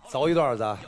走一段子。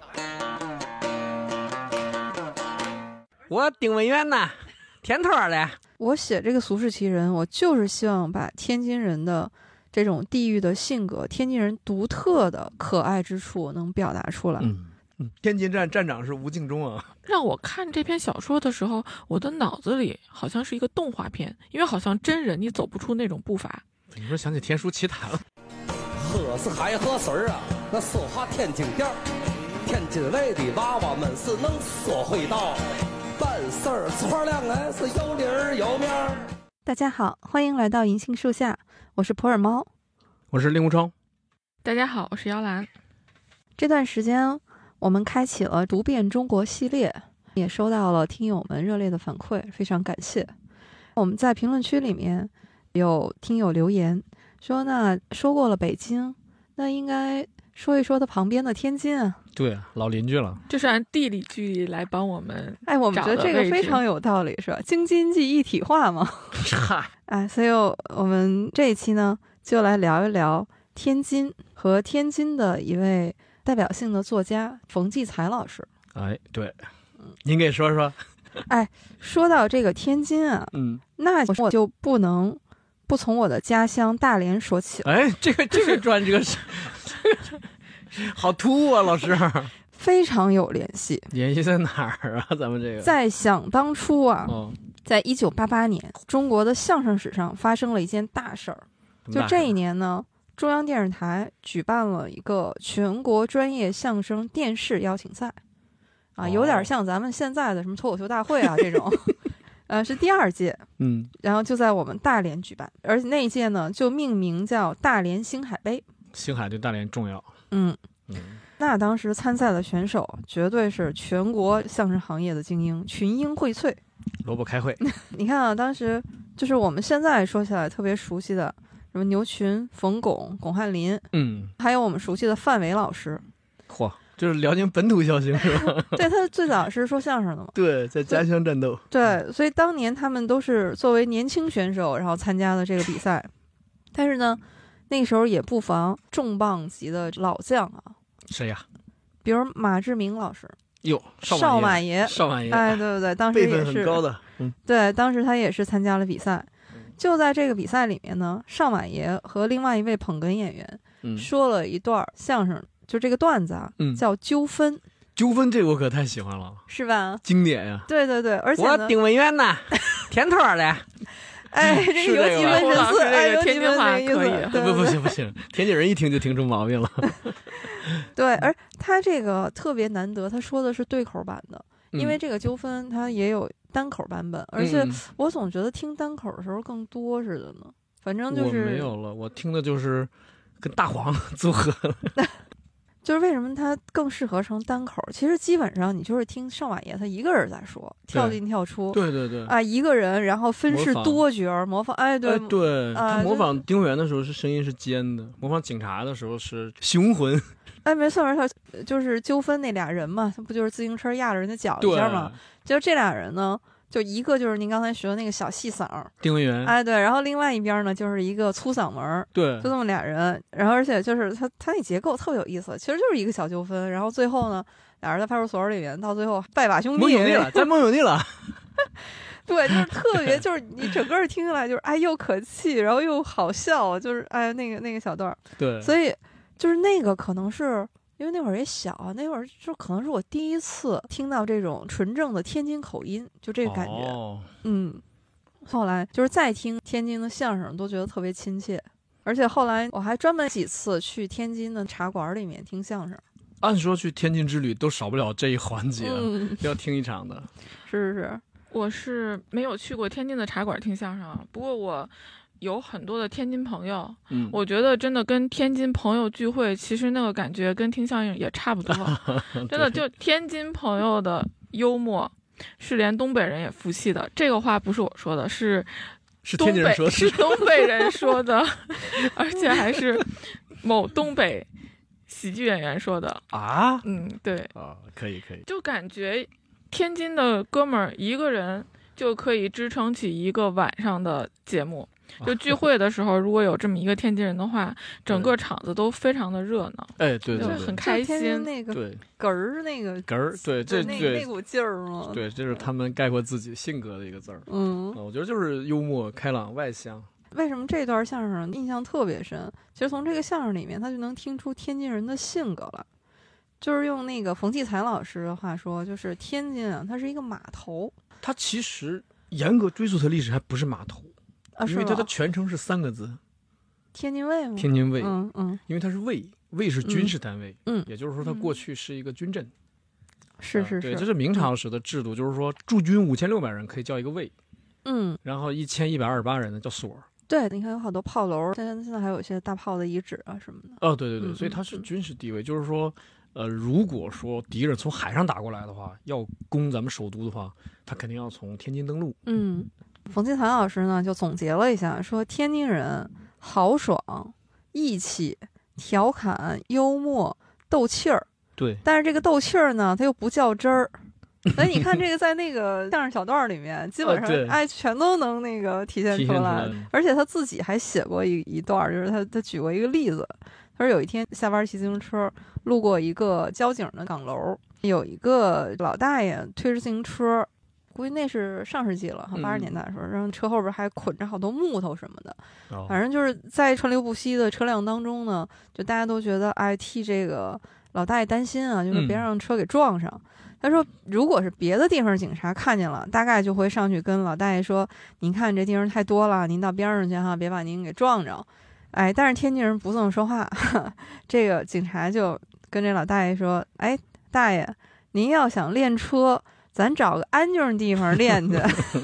我丁文元呐，天托的。 我写这个俗世奇人，我就是希望把天津人的这种地域的性格，天津人独特的可爱之处能表达出来。 天津站站长是吴敬中啊。 让我看这篇小说的时候，我的脑子里好像是一个动画片，因为好像真人你走不出那种步伐。 你说想起天书奇谭了。 喝是海喝水啊，那说话天津调，天津卫的娃娃们是能说会道，办事儿错亮哎是有理儿有面儿。 大家好，欢迎来到银杏树下，我是普洱猫， 我是令狐冲。 大家好，我是姚兰。 这段时间我们开启了读遍中国系列，也收到了听友们热烈的反馈，非常感谢。我们在评论区里面有听友留言说，那说过了北京，那应该说一说它旁边的天津啊。 对啊，老邻居了。 这是按地理距离来帮我们。 我们觉得这个非常有道理，是吧？京津冀一体化嘛。所以我们这一期呢，就来聊一聊天津和天津的一位代表性的作家冯骥才老师。 对，您给说说。 说到这个天津啊，那我就不能不从我的家乡大连说起了。 这个转这个是好突兀啊，老师。 非常有联系。 联系在哪儿啊？咱们这个在想当初啊，在1988年，中国的相声史上发生了一件大事儿。就这一年呢，中央电视台举办了一个全国专业相声电视邀请赛有点像咱们现在的什么脱口秀大会啊这种。是第2届，然后就在我们大连举办，而且那一届呢就命名叫大连星海杯。 星海对大连重要。 那当时参赛的选手绝对是全国相声行业的精英，群英荟萃， 萝卜开会。 你看啊，当时就是我们现在说起来特别熟悉的什么牛群、冯巩、巩汉林，还有我们熟悉的范伟老师。 嚯，就是辽宁本土笑星是吧？ 对，他最早是说相声的嘛。 对，在家乡战斗。 对，所以当年他们都是作为年轻选手，然后参加了这个比赛。但是呢，那个时候也不妨重磅级的老将啊。 谁呀？ 比如马志明老师。 少马爷。对对对，当时也是辈分很高的。 对，当时他也是参加了比赛。就在这个比赛里面呢，少马爷和另外一位捧哏演员说了一段相声，就这个段子啊，叫纠纷。 纠纷这个我可太喜欢了，是吧？ 经典呀。 对对对，而且我丁文元呐，天托的。 这个有几分神似， 有天津话可以。 不行，天津人一听就听出毛病了。 对，而他这个特别难得，他说的是对口版的，因为这个纠纷他也有单口版本，而且我总觉得听单口的时候更多似的呢。反正就是我没有了，我听的就是跟大黄组合了。 就是为什么他更适合成单口？其实基本上你就是听少马爷他一个人在说，跳进跳出。 对对对。 一个人，然后分饰多角模仿。 对。他模仿丁文元的时候是声音是尖的，模仿警察的时候是雄浑。 没错，就是纠纷那俩人嘛，他不就是自行车压着人的脚一下吗？就这俩人呢，就一个就是您刚才学的那个小细嗓丁文元， 对，然后另外一边呢就是一个粗嗓门， 对， 就这么俩人，然后而且就是他那结构特别有意思，其实就是一个小纠纷，然后最后呢，俩人在派出所里面，到最后拜把兄弟， 蒙永弟了，在蒙永弟了。 对，就是特别，就是你整个听下来就是又可气，然后又好笑，就是那个小段。 对， 所以就是那个可能是。因为那会儿也小啊，那会儿就可能是我第一次听到这种纯正的天津口音，就这个感觉。后来就是再听天津的相声，都觉得特别亲切。而且后来我还专门几次去天津的茶馆里面听相声。 按说去天津之旅都少不了这一环节，要听一场的。 是， 我是没有去过天津的茶馆听相声，不过我有很多的天津朋友，我觉得真的跟天津朋友聚会，其实那个感觉跟听相声也差不多。真的，就天津朋友的幽默是连东北人也服气的。这个话不是我说的，是天津人说的， 是东北人说的，而且还是某东北喜剧演员说的啊。 对可以， 就感觉天津的哥们儿一个人就可以支撑起一个晚上的节目。 就聚会的时候，如果有这么一个天津人的话，整个场子都非常的热闹。 哎，对对对， 很开心。 那个对哏儿，那个哏儿，对，这那股劲儿嘛。 对，这是他们概括自己性格的一个字儿。我觉得就是幽默、开朗、外向。 为什么这段相声印象特别深？其实从这个相声里面，他就能听出天津人的性格了。就是用那个冯骥才老师的话说，就是天津啊，它是一个码头。 它其实严格追溯它历史，还不是码头啊， 因为它的全称是3个字， 天津卫吗？ 天津卫， 因为它是卫是军事单位，也就是说它过去是一个军镇， 是， 对，这是明朝时的制度，就是说驻军5600人可以叫一个卫，然后1128人呢叫所。 对，你看有好多炮楼，现在还有一些大炮的遗址啊什么的。 哦，对对对，所以它是军事地位，就是说。如果说敌人从海上打过来的话，要攻咱们首都的话，他肯定要从天津登陆。 冯骥才老师呢就总结了一下，说天津人豪爽、义气、调侃、幽默、斗气儿。 对， 但是这个斗气儿呢，他又不较真儿。所以你看这个在那个相声小段里面，基本上全都能那个体现出来。而且他自己还写过一段，就是他举过一个例子。他说有一天下班骑自行车，路过一个交警的岗楼，有一个老大爷推着自行车，估计那是上世纪了，80年代的时候，然后车后边还捆着好多木头什么的，反正就是在川流不息的车辆当中呢，就大家都觉得替这个老大爷担心啊，就是别让车给撞上。他说如果是别的地方警察看见了，大概就会上去跟老大爷说，您看这地方太多了，您到边上去哈，别把您给撞着。但是天津人不这么说话，这个警察就跟这老大爷说，大爷，您要想练车，咱找个安静的地方练去。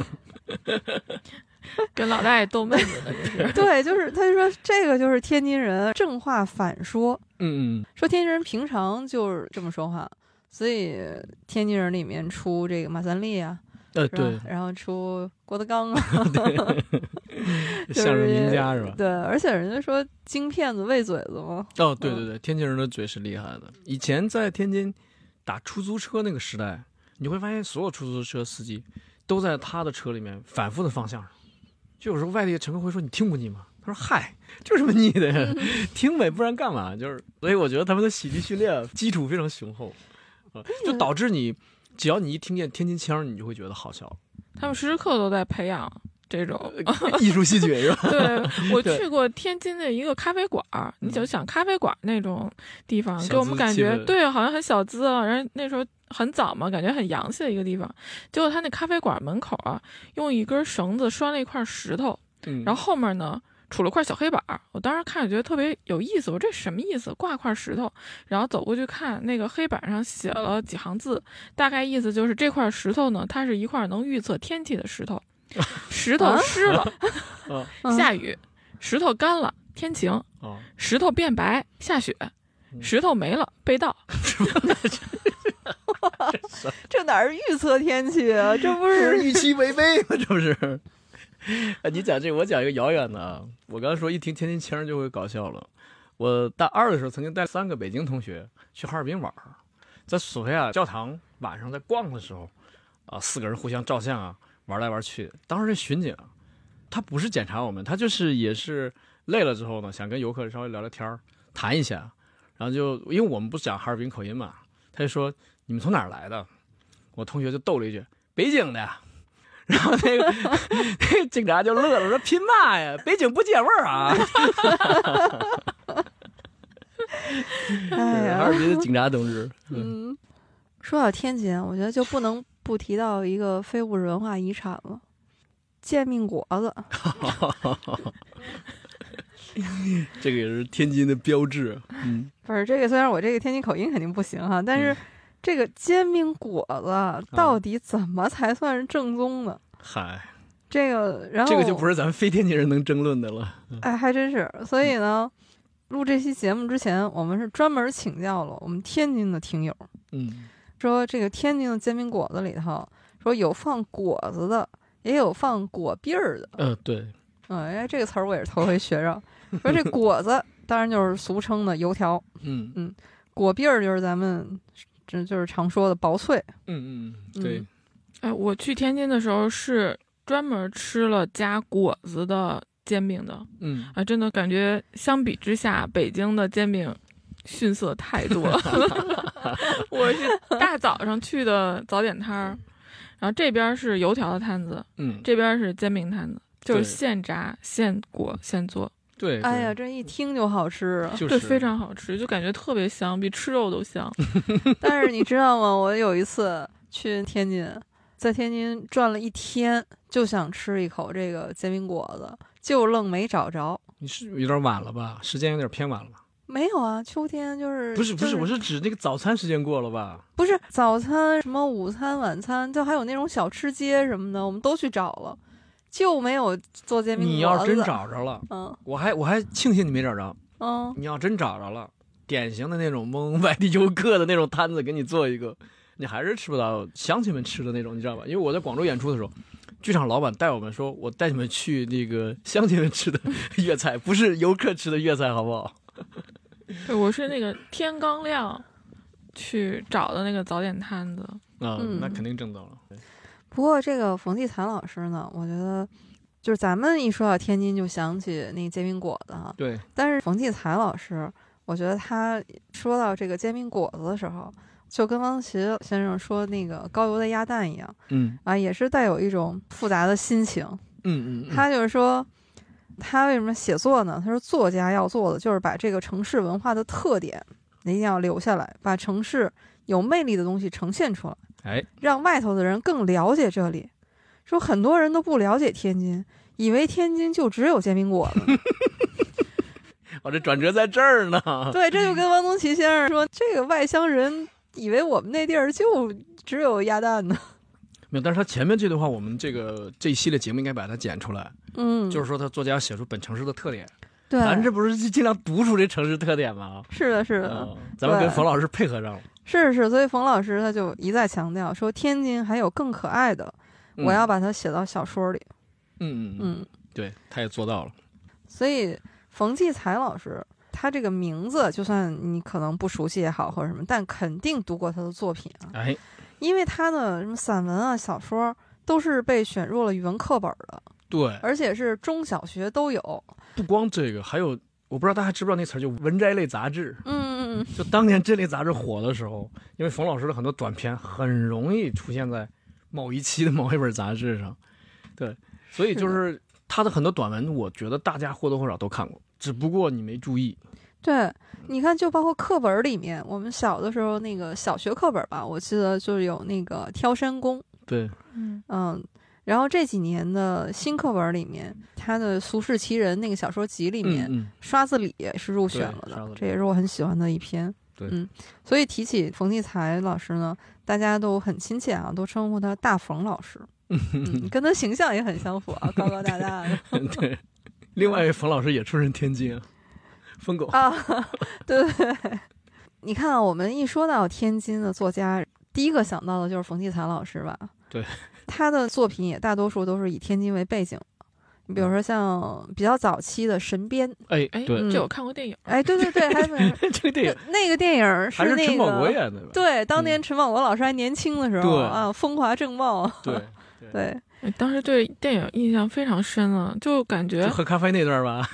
跟老大爷逗闷子的。 对，就是他就说这个就是天津人正话反说。说天津人平常就是这么说话，所以天津人里面出这个马三立啊， 对， 然后出郭德纲啊， 相声名家是吧？ 对，而且人家说京片子喂嘴子嘛。 对对对，天津人的嘴是厉害的。以前在天津打出租车那个时代，你会发现所有出租车司机都在他的车里面反复的放相声。就有时候外地的乘客会说：“你听不腻吗？”他说：“嗨，就这么腻的呀，听呗，不然干嘛？”就是，所以我觉得他们的喜剧训练基础非常雄厚，就导致你。只要你一听见天津腔，你就会觉得好笑。 他们时时刻都在培养这种艺术细菌是吧？ 对，我去过天津的一个咖啡馆，你就想咖啡馆那种地方，给我们感觉对，好像很小资啊。然后那时候很早嘛，感觉很洋气的一个地方。结果他那咖啡馆门口啊，用一根绳子拴了一块石头，然后后面呢杵了块小黑板，我当时看着觉得特别有意思，我这什么意思？挂块石头，然后走过去看那个黑板上写了几行字，大概意思就是这块石头呢，它是一块能预测天气的石头。石头湿了，下雨；石头干了，天晴；石头变白，下雪；石头没了，被盗。 这哪是预测天气啊？这不是预期违背吗？这不是？你讲这个，我讲一个遥远的啊。我刚才说一听天津腔就会搞笑了。我大2的时候曾经带3个北京同学去哈尔滨玩，在索菲亚教堂晚上在逛的时候，4个人互相照相啊，玩来玩去。当时这巡警他不是检查我们，他就是也是累了之后呢，想跟游客稍微聊聊天谈一下，然后就因为我们不是讲哈尔滨口音嘛，他就说你们从哪儿来的？我同学就逗了一句北京的呀。然后那个警察就乐了，说：“拼嘛呀？北京不接味儿啊！”哈尔滨的警察同志。 说到天津，我觉得就不能不提到一个非物质文化遗产了——煎饼果子。 这个也是天津的标志。 不是这个，虽然我这个天津口音肯定不行哈，但是。这个煎饼果子到底怎么才算是正宗的？ 嗨， 这个，然后这个就不是咱们非天津人能争论的了。 还真是。所以呢，录这期节目之前，我们是专门请教了我们天津的听友，说这个天津的煎饼果子里头，说有放果子的，也有放果篦儿的。 对。 这个词儿我也是头回学着。说这果子当然就是俗称的油条，果篦儿就是咱们。这就是常说的薄脆。 对。 我去天津的时候是专门吃了加果子的煎饼的，真的感觉相比之下，北京的煎饼逊色太多。我是大早上去的早点摊儿，然后这边是油条的摊子，这边是煎饼摊子，就是现炸、现裹、现做。 对， 哎呀，这一听就好吃， 对，非常好吃，就感觉特别香，比吃肉都香。 但是你知道吗？我有一次去天津，在天津转了一天，就想吃一口这个煎饼果子，就愣没找着。 你是有点晚了吧？时间有点偏晚了吧？ 没有啊，秋天就是不是，我是指那个早餐时间过了吧？ 不是早餐，什么午餐、晚餐，就还有那种小吃街什么的，我们都去找了。就没有做煎饼果子。 你要真找着了，我还庆幸你没找着。你要真找着了，典型的那种蒙外地游客的那种摊子，给你做一个，你还是吃不到乡亲们吃的那种，你知道吧？因为我在广州演出的时候，剧场老板带我们说，我带你们去那个乡亲们吃的粤菜，不是游客吃的粤菜，好不好？ 对，我是那个天刚亮去找的那个早点摊子。 那肯定挣到了。 不过这个冯骥才老师呢，我觉得就是咱们一说到天津就想起那煎饼果子哈。 对。 但是冯骥才老师，我觉得他说到这个煎饼果子的时候，就跟汪奇先生说那个高邮的鸭蛋一样，也是带有一种复杂的心情。他就是说，他为什么写作呢？他说作家要做的就是把这个城市文化的特点一定要留下来，把城市有魅力的东西呈现出来。让外头的人更了解这里。说很多人都不了解天津，以为天津就只有煎饼果子。 这转折在这儿呢。 对，这就跟汪东奇先生说，这个外乡人以为我们那地儿就只有鸭蛋呢。 没有，但是他前面这段话，我们这一系列节目应该把它剪出来。就是说他作家写出本城市的特点。 对， 咱这不是尽量读出这城市特点吗？ 是的，是的。 咱们跟冯老师配合上了。 是，所以冯老师他就一再强调说，天津还有更可爱的，我要把它写到小说里。 对，他也做到了。 所以冯骥才老师他这个名字，就算你可能不熟悉也好或者什么，但肯定读过他的作品啊。因为他的什么散文啊、小说都是被选入了语文课本的。 对， 而且是中小学都有。不光这个，还有我不知道大家知不知道那词儿，就文摘类杂志。就当年这类杂志火的时候，因为冯老师的很多短篇很容易出现在某一期的某一本杂志上。对，所以就是他的很多短文，我觉得大家或多或少都看过，只不过你没注意。 对，你看，就包括课本里面，我们小的时候那个小学课本吧，我记得就是有那个挑山工。 对， 然后这几年的新课本里面，他的《俗世奇人》那个小说集里面，刷子李是入选了的，这也是我很喜欢的一篇。 对， 所以提起冯骥才老师呢，大家都很亲切啊，都称呼他大冯老师。跟他形象也很相符啊，高高大大的。 对，另外一位冯老师也出身天津啊，疯狗啊，对。你看啊，我们一说到天津的作家，第一个想到的就是冯骥才老师吧？ 对。 他的作品也大多数都是以天津为背景，你比如说像比较早期的《神鞭》， 对， 这我看过电影， 对，还这个电影， 那个电影是那个陈宝国演的吧？ 对，当年陈宝国老师还年轻的时候啊，风华正茂，对， 当时对电影印象非常深了，就感觉就喝咖啡那段吧。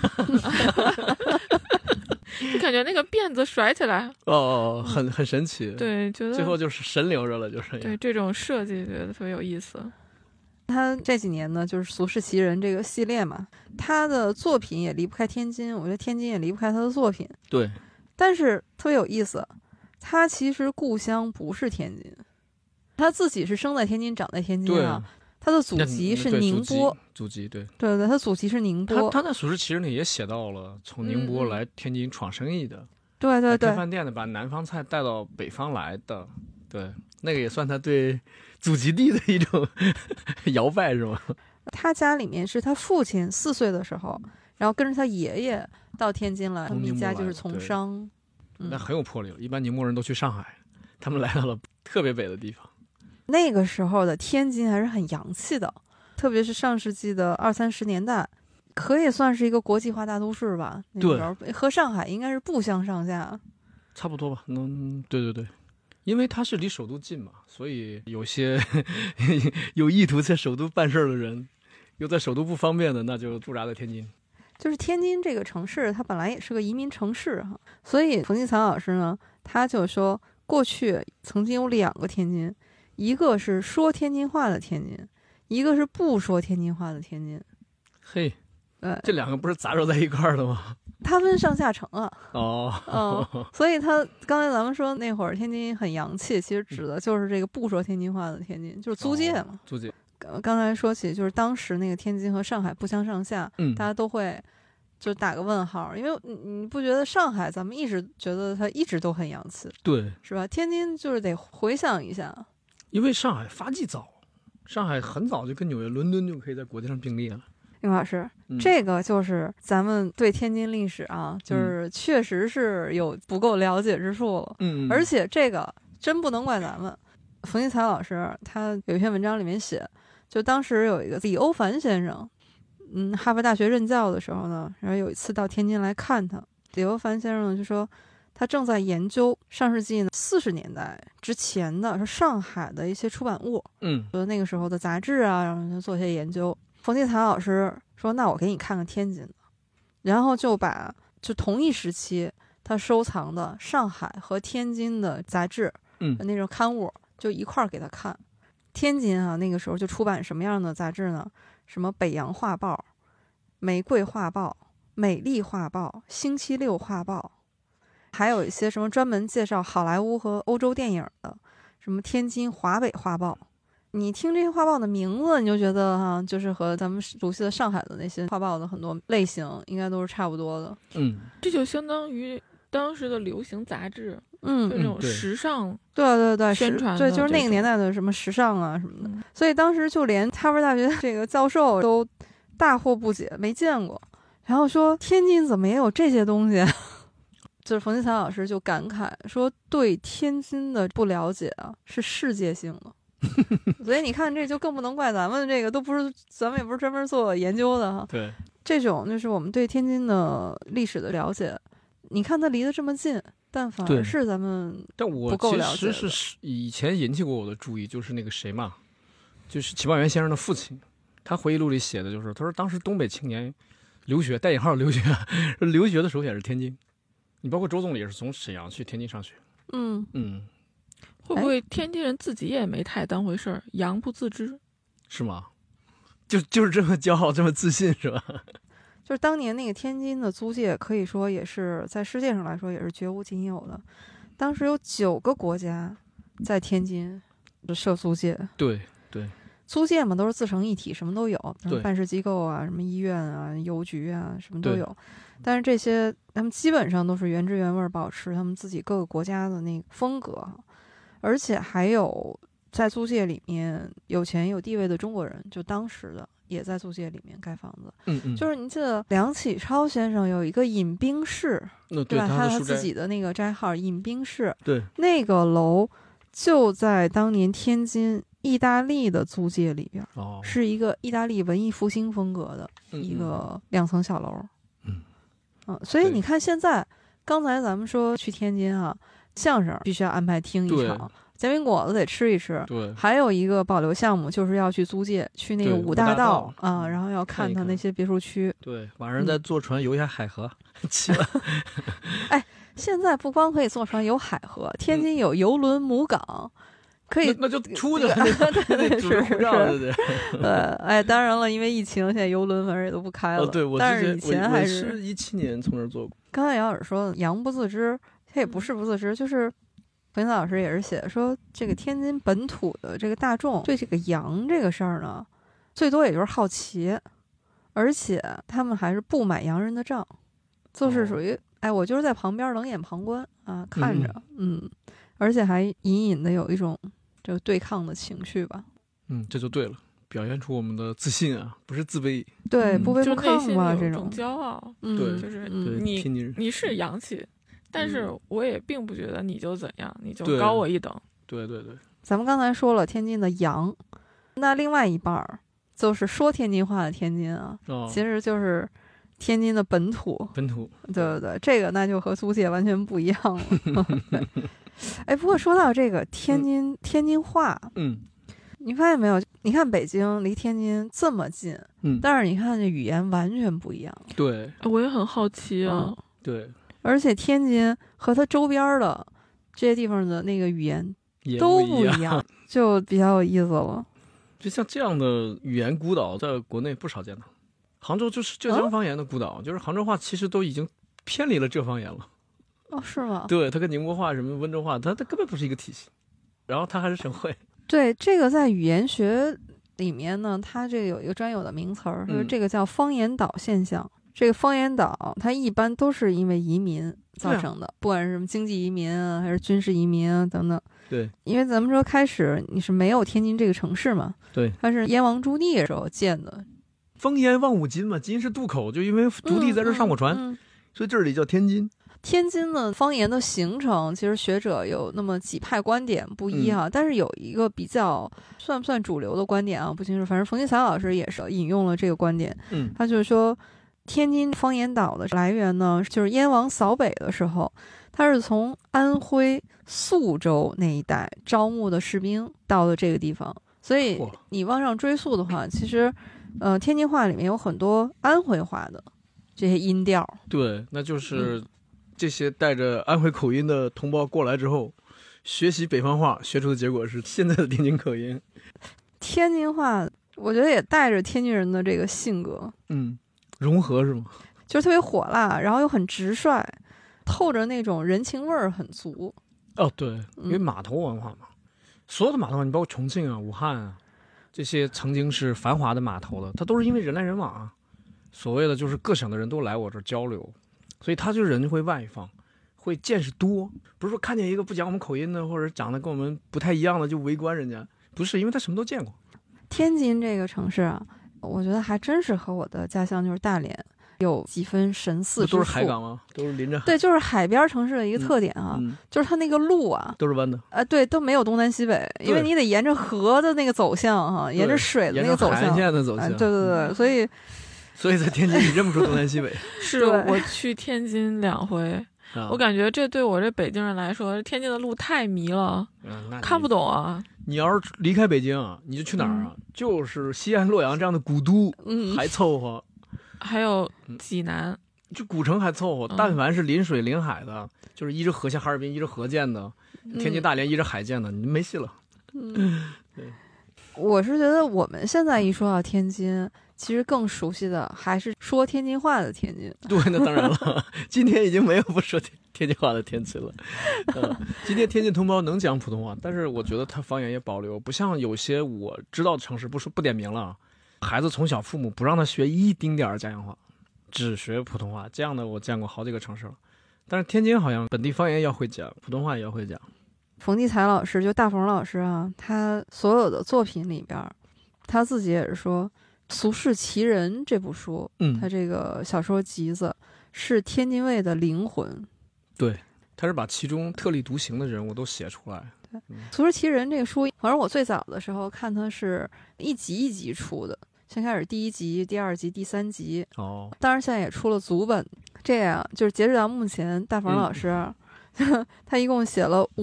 你感觉那个辫子甩起来， 很神奇。 对，觉得最后就是神留着了，就是对这种设计觉得特别有意思。 他这几年呢，就是《俗世奇人》这个系列嘛，他的作品也离不开天津，我觉得天津也离不开他的作品。 对， 但是特别有意思，他其实故乡不是天津，他自己是生在天津，长在天津啊。他的祖籍是宁波， 祖籍对， 他祖籍是宁波。 他在《俗世奇人》里也写到了从宁波来天津闯生意的， 对， 开饭店的，把南方菜带到北方来的，对，那个也算他对祖籍地的一种摇摆，是吗？ 他家里面是他父亲4岁的时候，然后跟着他爷爷到天津来，他们一家就是从商。 那很有魄力了，一般宁波人都去上海，他们来到了特别北的地方。 那个时候的天津还是很洋气的，特别是上世纪的20-30年代，可以算是一个国际化大都市吧。那个时候和上海应该是不相上下， 差不多吧。对，因为它是离首都近嘛，所以有些有意图在首都办事的人，又在首都不方便的，那就驻扎在天津。 就是天津这个城市，它本来也是个移民城市哈，所以冯骥才老师呢，他就说过去曾经有2个天津，一个是说天津话的天津，一个是不说天津话的天津。 嘿，这2个不是杂糅在一块儿的吗？ 它分上下城啊。所以他刚才咱们说那会儿天津很洋气，其实指的就是这个不说天津话的天津，就是租界嘛。 租界。 刚才说起就是当时那个天津和上海不相上下，大家都会就打个问号，因为你不觉得上海咱们一直觉得它一直都很洋气， 对， 是吧？天津就是得回想一下， 因为上海发迹早，上海很早就跟纽约、伦敦就可以在国际上并列了。 林老师，这个就是咱们对天津历史啊，就是确实是有不够了解之处了。而且这个真不能怪咱们。冯骥才老师他有一篇文章里面写，就当时有一个李欧梵先生，哈佛大学任教的时候呢，然后有一次到天津来看他，李欧梵先生就说他正在研究上世纪40年代之前的说上海的一些出版物，就那个时候的杂志啊，然后他做一些研究。冯骥才老师说那我给你看看天津的，然后就把就同一时期他收藏的上海和天津的杂志，那种刊物就一块儿给他看。天津啊那个时候就出版什么样的杂志呢？什么北洋画报、玫瑰画报、美丽画报、星期六画报，还有一些什么专门介绍好莱坞和欧洲电影的，什么天津华北画报。你听这些画报的名字，你就觉得就是和咱们熟悉的上海的那些画报的很多类型应该都是差不多的。 这就相当于当时的流行杂志，就那种时尚， 对宣传， 对，就是那个年代的什么时尚啊什么的。所以当时就连哈佛大学这个教授都大惑不解，没见过，然后说天津怎么也有这些东西？就是冯骥才老师就感慨说，对天津的不了解啊，是世界性的。所以你看，这就更不能怪咱们，这个都不是，咱们也不是专门做研究的哈。 对， 这种就是我们对天津的历史的了解，你看它离得这么近，但反而是咱们不够了解。 但我其实是以前引起过我的注意，就是那个谁嘛，就是齐望元先生的父亲，他回忆录里写的就是，他说当时东北青年留学（带引号留学）留学的首选是天津。你包括周总理也是从沈阳去天津上学。 会不会天津人自己也没太当回事儿，洋不自知？ 是吗？就是这么骄傲，这么自信，是吧？ 就是当年那个天津的租界，可以说也是在世界上来说也是绝无仅有的。当时有9个国家在天津设租界。 对， 租界嘛都是自成一体，什么都有，办事机构啊，什么医院啊、邮局啊，什么都有。但是这些他们基本上都是原汁原味保持他们自己各个国家的那个风格。而且还有在租界里面有钱有地位的中国人，就当时的也在租界里面盖房子。就是你记得梁启超先生有一个饮冰室，对吧？他自己的那个斋号饮冰室， 对， 那个楼就在当年天津意大利的租界里边，是一个意大利文艺复兴风格的一个2层小楼。所以你看现在，刚才咱们说去天津啊。相声必须要安排听一场，煎饼果子得吃一吃。 对， 还有一个保留项目就是要去租界，去那个五大道啊，然后要看他那些别墅区。 对，晚上再坐船游一下海河，起了。 现在不光可以坐船游海河，天津有邮轮母港，可以那就出去了。 对， 是。 当然了，因为疫情，现在邮轮反正也都不开了。 对， 但是以前还是 17年从那儿坐过。 刚才姚老师说洋不自知。他也不是不自知，就是冯骥才老师也是写说，这个天津本土的这个大众对这个洋这个事儿呢，最多也就是好奇，而且他们还是不买洋人的账，就是属于我就是在旁边冷眼旁观啊，看着，而且还隐隐的有一种这个对抗的情绪吧。 这就对了，表现出我们的自信啊，不是自卑。 对，不卑不亢嘛，这种骄傲。 对， 就是你是洋气。但是我也并不觉得你就怎样，你就高我一等。 对， 咱们刚才说了天津的洋，那另外一半就是说天津话的天津啊，其实就是天津的本土。对，这个那就和租界完全不一样了。不过说到这个天津话， 你发现没有？你看北京离天津这么近，但是你看这语言完全不一样。 对， 我也很好奇啊。 对， 而且天津和它周边的这些地方的那个语言都不一样，就比较有意思了。 就像这样的语言孤岛，在国内不少见的。杭州就是浙江方言的孤岛，就是杭州话其实都已经偏离了浙方言了。 哦，是吗？ 对，它跟宁波话、什么温州话，它根本不是一个体系。然后它还是省会。对， 这个在语言学里面呢，它这个有一个专有的名词儿，就是这个叫方言岛现象。这个方言岛，它一般都是因为移民造成的，不管是什么经济移民啊，还是军事移民啊等等。 对， 因为咱们说开始你是没有天津这个城市嘛， 对， 它是燕王朱棣的时候建的。 封燕望五津嘛，津是渡口，就因为朱棣在这上过船，所以这里叫天津。 天津的方言的形成，其实学者有那么几派观点不一哈，但是有一个比较算不算主流的观点啊，不清楚。反正冯骥才老师也是引用了这个观点，他就是说天津方言岛的来源呢，就是燕王扫北的时候，他是从安徽宿州那一带招募的士兵到了这个地方，所以你往上追溯的话，其实天津话里面有很多安徽话的这些音调。对， 那就是这些带着安徽口音的同胞过来之后，学习北方话学出的结果是现在的天津口音。 天津话我觉得也带着天津人的这个性格， 融合是吗？ 就是特别火辣，然后又很直率，透着那种人情味儿很足。 哦，对，因为码头文化嘛，所有的码头，你包括重庆啊、武汉啊，这些曾经是繁华的码头的，它都是因为人来人往啊，所谓的就是各省的人都来我这儿交流，所以他就人会外放，会见识多，不是说看见一个不讲我们口音的或者长得跟我们不太一样的就围观人家，不是，因为他什么都见过。 天津这个城市啊，我觉得还真是和我的家乡就是大连有几分神似之处。 都是海港吗？都是临着海。 对，就是海边城市的一个特点啊，就是它那个路啊都是弯的。 对，都没有东南西北，因为你得沿着河的那个走向哈，沿着水的那个走向， 沿着海岸线的走向。 对对对，所以在天津你认不出东南西北。 是我去天津2回。我感觉这对我这北京人来说，天津的路太迷了，看不懂啊。 你要是离开北京啊，你就去哪儿啊？就是西安、洛阳这样的古都，还凑合。 还有济南， 就古城还凑合。但凡是临水临海的，就是依着河，像哈尔滨依着河建的，天津、大连依着海建的，你没戏了。 对。我是觉得我们现在一说到天津，其实更熟悉的还是说天津话的天津。 对，那当然了，今天已经没有不说天津话的天津了。今天天津同胞能讲普通话，但是我觉得他方言也保留，不像有些我知道的城市，不点名了，孩子从小父母不让他学一丁点儿家乡话，只学普通话，这样的我见过好几个城市了。但是天津好像本地方言要会讲，普通话也要会讲。 冯骥才老师就大冯老师啊，他所有的作品里边，他自己也是说，《俗世奇人》这部书，他这个小说集子是天津卫的灵魂。 对，他是把其中特立独行的人物都写出来。 对，《俗世奇人》这个书，反正我最早的时候看它是一集一集出的，先开始第1集、第2集、第3集。当然现在也出了组本。这样就是截止到目前，大冯老师。他一共写了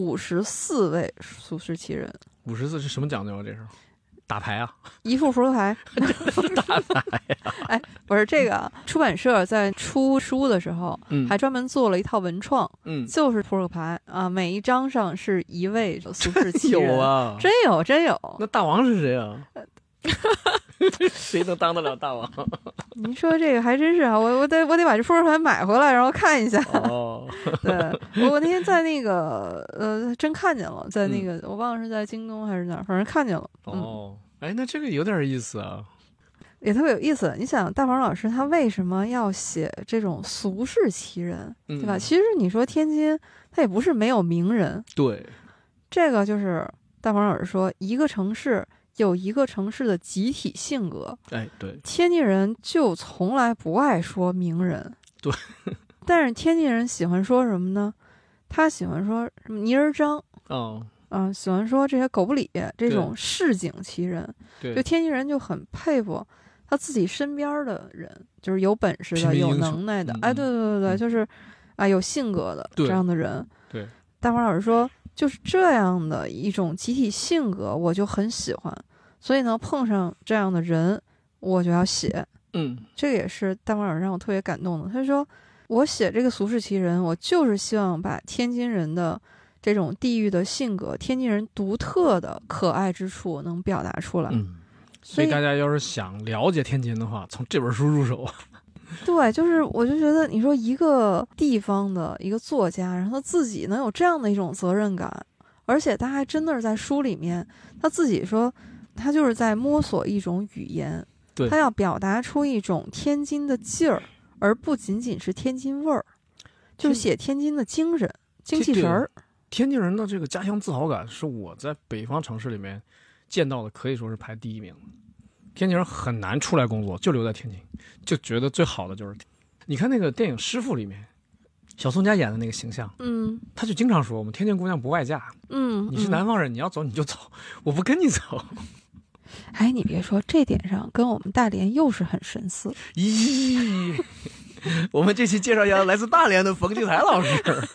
54位俗世奇人。54 是什么讲究啊？这是打牌啊？ 一副扑克牌。 打牌啊？ 哎，不是这个出版社在出书的时候，还专门做了一套文创，就是扑克牌啊，每一张上是一位俗世奇人。 有啊， 真有。 那大王是谁啊？谁能当得了大王？ 您说这个还真是啊，我得把这扑克牌买回来，然后看一下。对，我那天在那个真看见了，在那个我忘了是在京东还是哪儿，反正看见了。 哎，那这个有点意思啊， 也特别有意思。你想，大冯老师他为什么要写这种俗世奇人，对吧？其实你说天津，他也不是没有名人。 对， 这个就是大冯老师说，一个城市有一个城市的集体性格。 哎，对， 天津人就从来不爱说名人。 对， 但是天津人喜欢说什么呢？他喜欢说什么泥人张。喜欢说这些狗不理这种市井奇人。 对， 就天津人就很佩服他自己身边的人，就是有本事的、有能耐的。哎，对，就是有性格的这样的人。 对， 大冯老师说，就是这样的一种集体性格，我就很喜欢。 所以呢，碰上这样的人，我就要写。这个也是大王老师让我特别感动的。他说，我写这个俗世奇人，我就是希望把天津人的这种地域的性格，天津人独特的可爱之处能表达出来。 所以大家要是想了解天津的话，从这本书入手。 对，就是我就觉得，你说一个地方的一个作家，然后他自己能有这样的一种责任感，而且他还真的是在书里面，他自己说，他就是在摸索一种语言，他要表达出一种天津的劲儿，而不仅仅是天津味儿，就是写天津的精神、精气神儿。 天津人的这个家乡自豪感，是我在北方城市里面见到的，可以说是排第一名。天津人很难出来工作，就留在天津，就觉得最好的就是。你看那个电影《师傅》里面，小宋佳演的那个形象，他就经常说我们天津姑娘不外嫁，你是南方人，你要走你就走，我不跟你走。 哎，你别说，这点上跟我们大连又是很神似。 咦，我们这期介绍一下来自大连的冯骥才老师。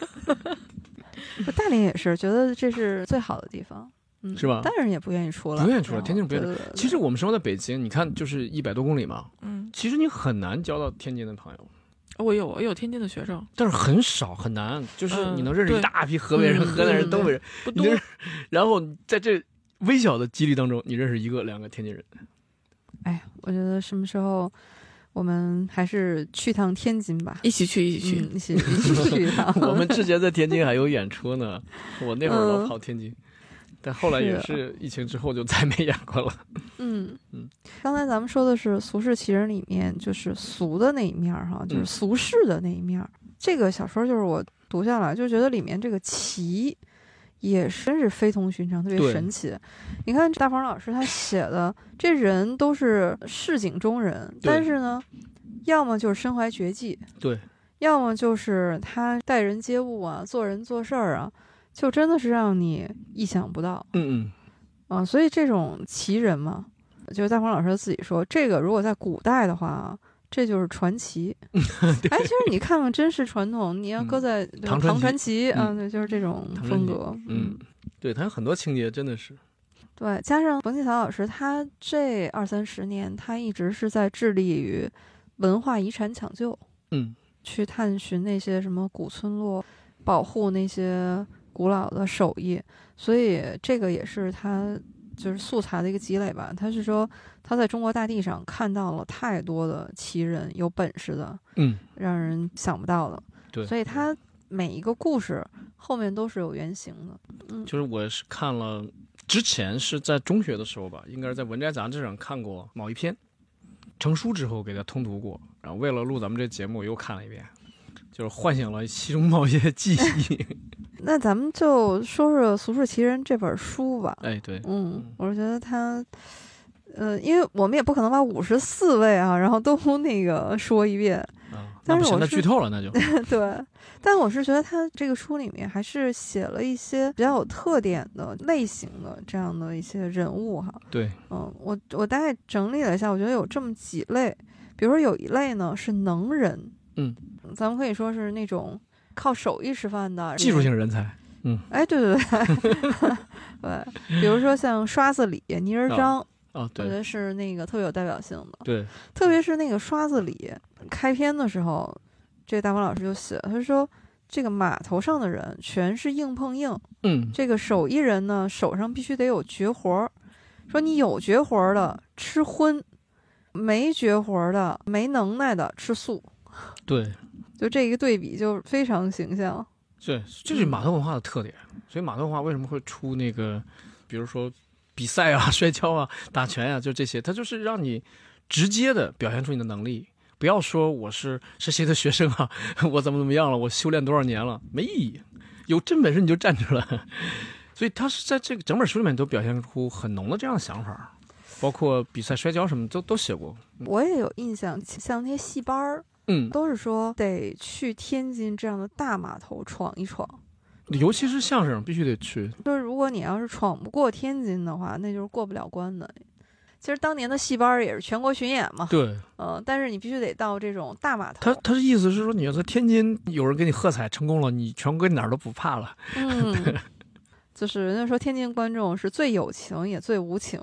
大连也是觉得这是最好的地方。 是吧？ 大人也不愿意出来， 不愿意出来，天津不愿意。其实我们生活在北京，你看就是100多公里嘛，其实你很难交到天津的朋友。 我有天津的学生， 但是很少，很难，就是你能认识一大批河北人、河南人、东北人， 不多。 然后在这微小的几率当中，你认识1个2个天津人。 哎，我觉得什么时候我们还是去趟天津吧， 一起去一起去一趟。 我们之前在天津还有演出呢，我那会儿老跑天津。但后来也是疫情之后就再没演过了。 刚才咱们说的是《俗世奇人》里面就是俗的那一面哈，就是俗世的那一面。这个小说就是我读下来就觉得里面这个奇也真是非同寻常，特别神奇。你看大房老师他写的这人都是市井中人，但是呢，要么就是身怀绝技， 对， 要么就是他待人接物啊，做人做事儿啊。就真的是让你意想不到，所以这种奇人嘛，就是大黄老师自己说，这个如果在古代的话，这就是传奇。哎，其实你看看真实传统，你要搁在唐传奇啊，对，就是这种风格。 对，他有很多情节真的是。 对，加上冯骥才老师，他这20-30年，他一直是在致力于文化遗产抢救，去探寻那些什么古村落，保护那些古老的手艺，所以这个也是他就是素材的一个积累吧。他是说他在中国大地上看到了太多的奇人，有本事的，让人想不到的。 对， 所以他每一个故事后面都是有原型的。 就是我是看了，之前是在中学的时候吧，应该是在文摘杂志上看过某一篇，成书之后给他通读过，然后为了录咱们这节目我又看了一遍，就是唤醒了其中某些记忆。 那咱们就说说《俗世奇人》这本书吧。 哎，对， 我是觉得他，因为我们也不可能把54位啊，然后都那个说一遍。但是那剧透了，那就对。但我是觉得他这个书里面还是写了一些比较有特点的类型的这样的一些人物哈。 对， 我大概整理了一下，我觉得有这么几类，比如说有一类呢是能人，咱们可以说是那种靠手艺吃饭的技术性人才。 哎，对，对，比如说像刷子李、倪仁章， 对， 我觉得是那个特别有代表性的。 对， 特别是那个刷子李开篇的时候，这个大王老师就写，他说这个码头上的人全是硬碰硬，这个手艺人呢手上必须得有绝活，说你有绝活的吃荤，没绝活的没能耐的吃素。 对， 就这一个对比就非常形象。 对，这是码头文化的特点。所以码头文化为什么会出那个，比如说比赛啊、摔跤啊、打拳啊，就这些，它就是让你直接的表现出你的能力。不要说我是谁的学生啊，我怎么样了，我修炼多少年了，没意义。有真本事你就站出来。所以他是在这个整本书里面都表现出很浓的这样的想法，包括比赛摔跤什么都写过。 我也有印象，像那些戏班儿。都是说得去天津这样的大码头闯一闯， 尤其是相声必须得去。 就是如果你要是闯不过天津的话，那就是过不了关的。其实当年的戏班也是全国巡演嘛， 对， 但是你必须得到这种大码头。 他的意思是说，你要在天津有人给你喝彩成功了，你全国哪儿都不怕了。 就是人家说天津观众是最有情也最无情。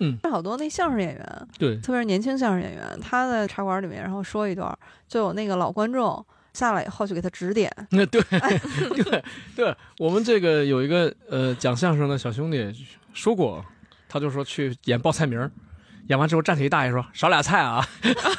好多那相声演员， 对， 特别是年轻相声演员，他在茶馆里面，然后说一段，就有那个老观众下来以后就给他指点。 对对，我们这个有一个讲相声的小兄弟说过，他就说去演报菜名，演完之后站起一大爷说少俩菜啊。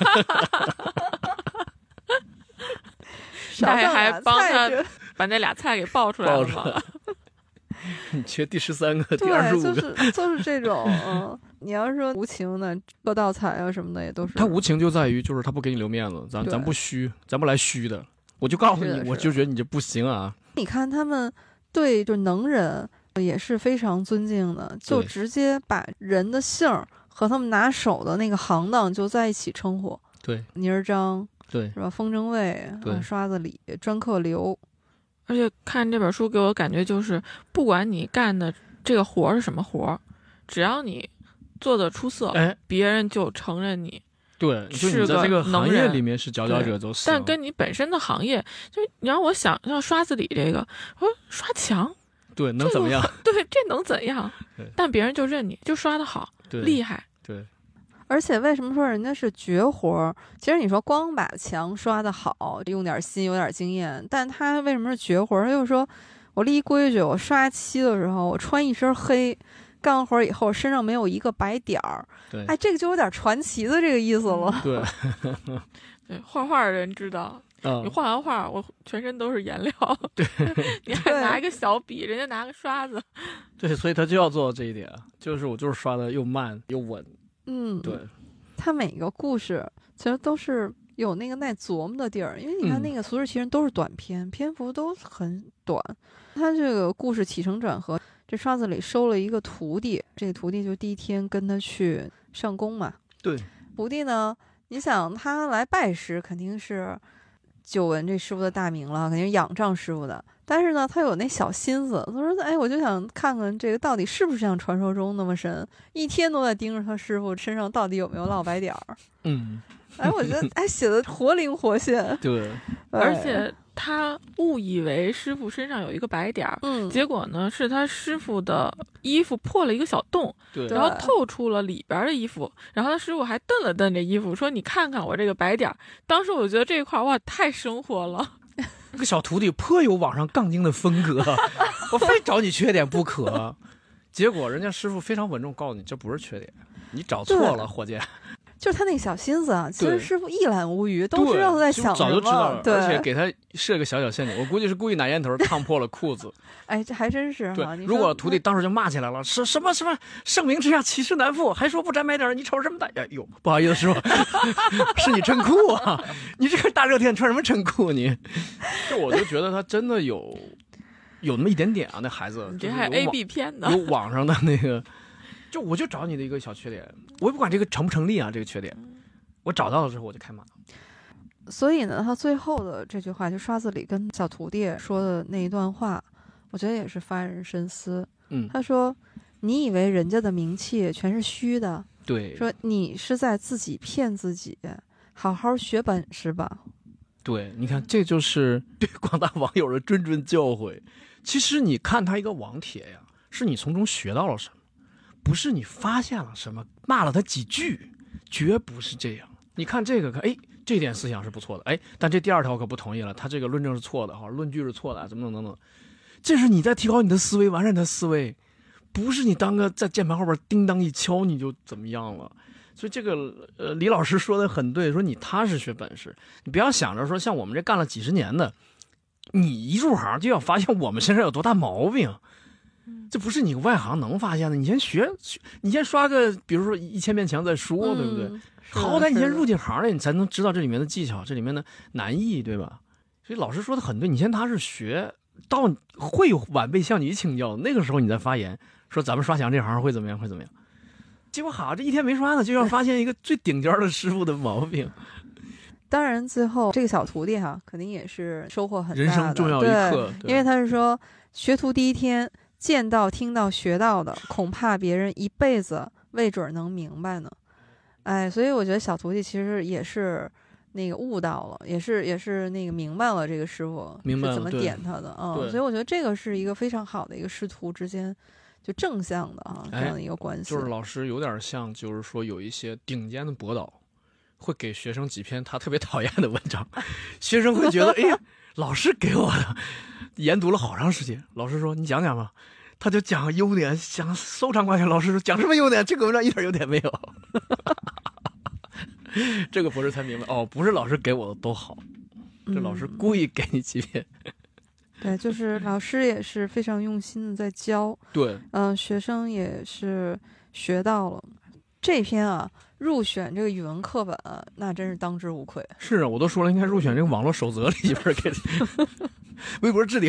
大爷还帮他把那俩菜给报出来了吗？ 你缺第13个，第25 个，就是这种。你要是说无情的各道菜啊什么的，也都是。 他无情就在于就是他不给你留面子，咱不虚，咱不来虚的。我就告诉你，我就觉得你这不行啊。 你看他们对就能人也是非常尊敬的，就直接把人的姓和他们拿手的那个行当就在一起称呼。 对， 倪儿章， 对， 是吧？风筝卫，刷子李，专克刘。 而且看这本书给我感觉就是，不管你干的这个活是什么活，只要你做的出色，别人就承认你。 对，就你在这个行业里面是佼佼者都行。 但跟你本身的行业，就你让我想像刷子李这个，我说刷墙， 对，能怎么样？ 对，这能怎样？但别人就认你，就刷得好，厉害。 对。 而且为什么说人家是绝活？其实你说光把墙刷得好，用点心，有点经验，但他为什么是绝活？他就是说我立规矩，我刷漆的时候，我穿一身黑。干完活以后身上没有一个白点儿，哎，这个就有点传奇的这个意思了。 对， 对，画画的人知道，你画完画，我全身都是颜料， 对， 你还拿一个小笔，人家拿个刷子， 对，所以他就要做这一点，就是我就是刷的又慢又稳，对， 他每个故事其实都是有那个耐琢磨的地儿，因为你看那个《俗世奇人》都是短篇，篇幅都很短，他这个故事起承转合。这刷子里收了一个徒弟，这个徒弟就第一天跟他去上工嘛。 对， 徒弟呢，你想他来拜师，肯定是久闻这师傅的大名了，肯定是仰仗师傅的。但是呢，他有那小心思，他说：“哎，我就想看看这个到底是不是像传说中那么神，一天都在盯着他师傅身上到底有没有落白点儿。”哎，我觉得哎写的活灵活现。 对， 而且。他误以为师傅身上有一个白点儿，结果呢是他师傅的衣服破了一个小洞，然后透出了里边的衣服，然后他师傅还瞪了瞪这衣服，说：“你看看我这个白点儿。”当时我觉得这一块哇太生活了， 这个小徒弟颇有网上杠精的风格，我非找你缺点不可。结果人家师傅非常稳重，告诉你这不是缺点，你找错了，伙计。 就是他那个小心思啊，其实师傅一览无余，都知道他在想什么， 早就知道了， 对， 而且给他设个小陷阱，我估计是故意拿烟头烫破了裤子。 哎，这还真是哈。如果徒弟当时就骂起来了，什么盛名之下岂是难副，还说不沾白点，你瞅什么大？哎呦，不好意思师傅，是你真酷啊！你这个大热天穿什么真酷你？这我就觉得他真的有那么一点点啊，那孩子。 你这还 A/B 片呢？ 有网上的那个。就我就找你的一个小缺点，我也不管这个成不成立啊，这个缺点，我找到了之后我就开骂。 所以呢，他最后的这句话，就刷子里跟小徒弟说的那一段话，我觉得也是发人深思。他说：“你以为人家的名气全是虚的？ 对， 说你是在自己骗自己，好好学本事吧。” 对，你看，这就是对广大网友的谆谆教诲。其实你看他一个网帖呀，是你从中学到了什么。不是你发现了什么，骂了他几句，绝不是这样。你看这个，哎，这点思想是不错的，哎，但这第2条可不同意了，他这个论证是错的，论据是错的，怎么等等，这是你在提高你的思维，完善你的思维，不是你当个在键盘后边叮当一敲你就怎么样了。所以这个李老师说的很对，说你踏实学本事，你不要想着说像我们这干了几十年的，你一入行就要发现我们身上有多大毛病。这不是你外行能发现的，你先学，你先刷个，比如说1000遍墙再说，对不对？好歹你先入进行了，你才能知道这里面的技巧，这里面的难易，对吧？所以老师说的很对，你先踏实学，到会有晚辈向你请教，那个时候你再发言，说咱们刷墙这行会怎么样，会怎么样。结果好，这一天没刷呢，就要发现一个最顶尖的师傅的毛病。 当然，最后这个小徒弟肯定也是收获很大的， 人生重要一课， 因为他是说学徒第一天。见到、听到、学到的，恐怕别人一辈子未准能明白呢。哎，所以我觉得小徒弟其实也是那个悟到了，也是那个明白了这个师傅是怎么点他的啊。所以我觉得这个是一个非常好的一个师徒之间就正向的这样的一个关系。 就是老师有点像，就是说有一些顶尖的博导会给学生几篇他特别讨厌的文章，学生会觉得哎呀，老师给我的，研读了好长时间，老师说你讲讲吧，他就讲优点，讲收场观点，老师说讲什么优点，这个文章一点优点没有。这个博士才明白，哦，不是老师给我的都好，这老师故意给你几篇。 对，就是老师也是非常用心的在教， 对， 学生也是学到了。这篇入选这个语文课本那真是当之无愧。 是啊，我都说了，应该入选这个网络守则里一份给微博置顶。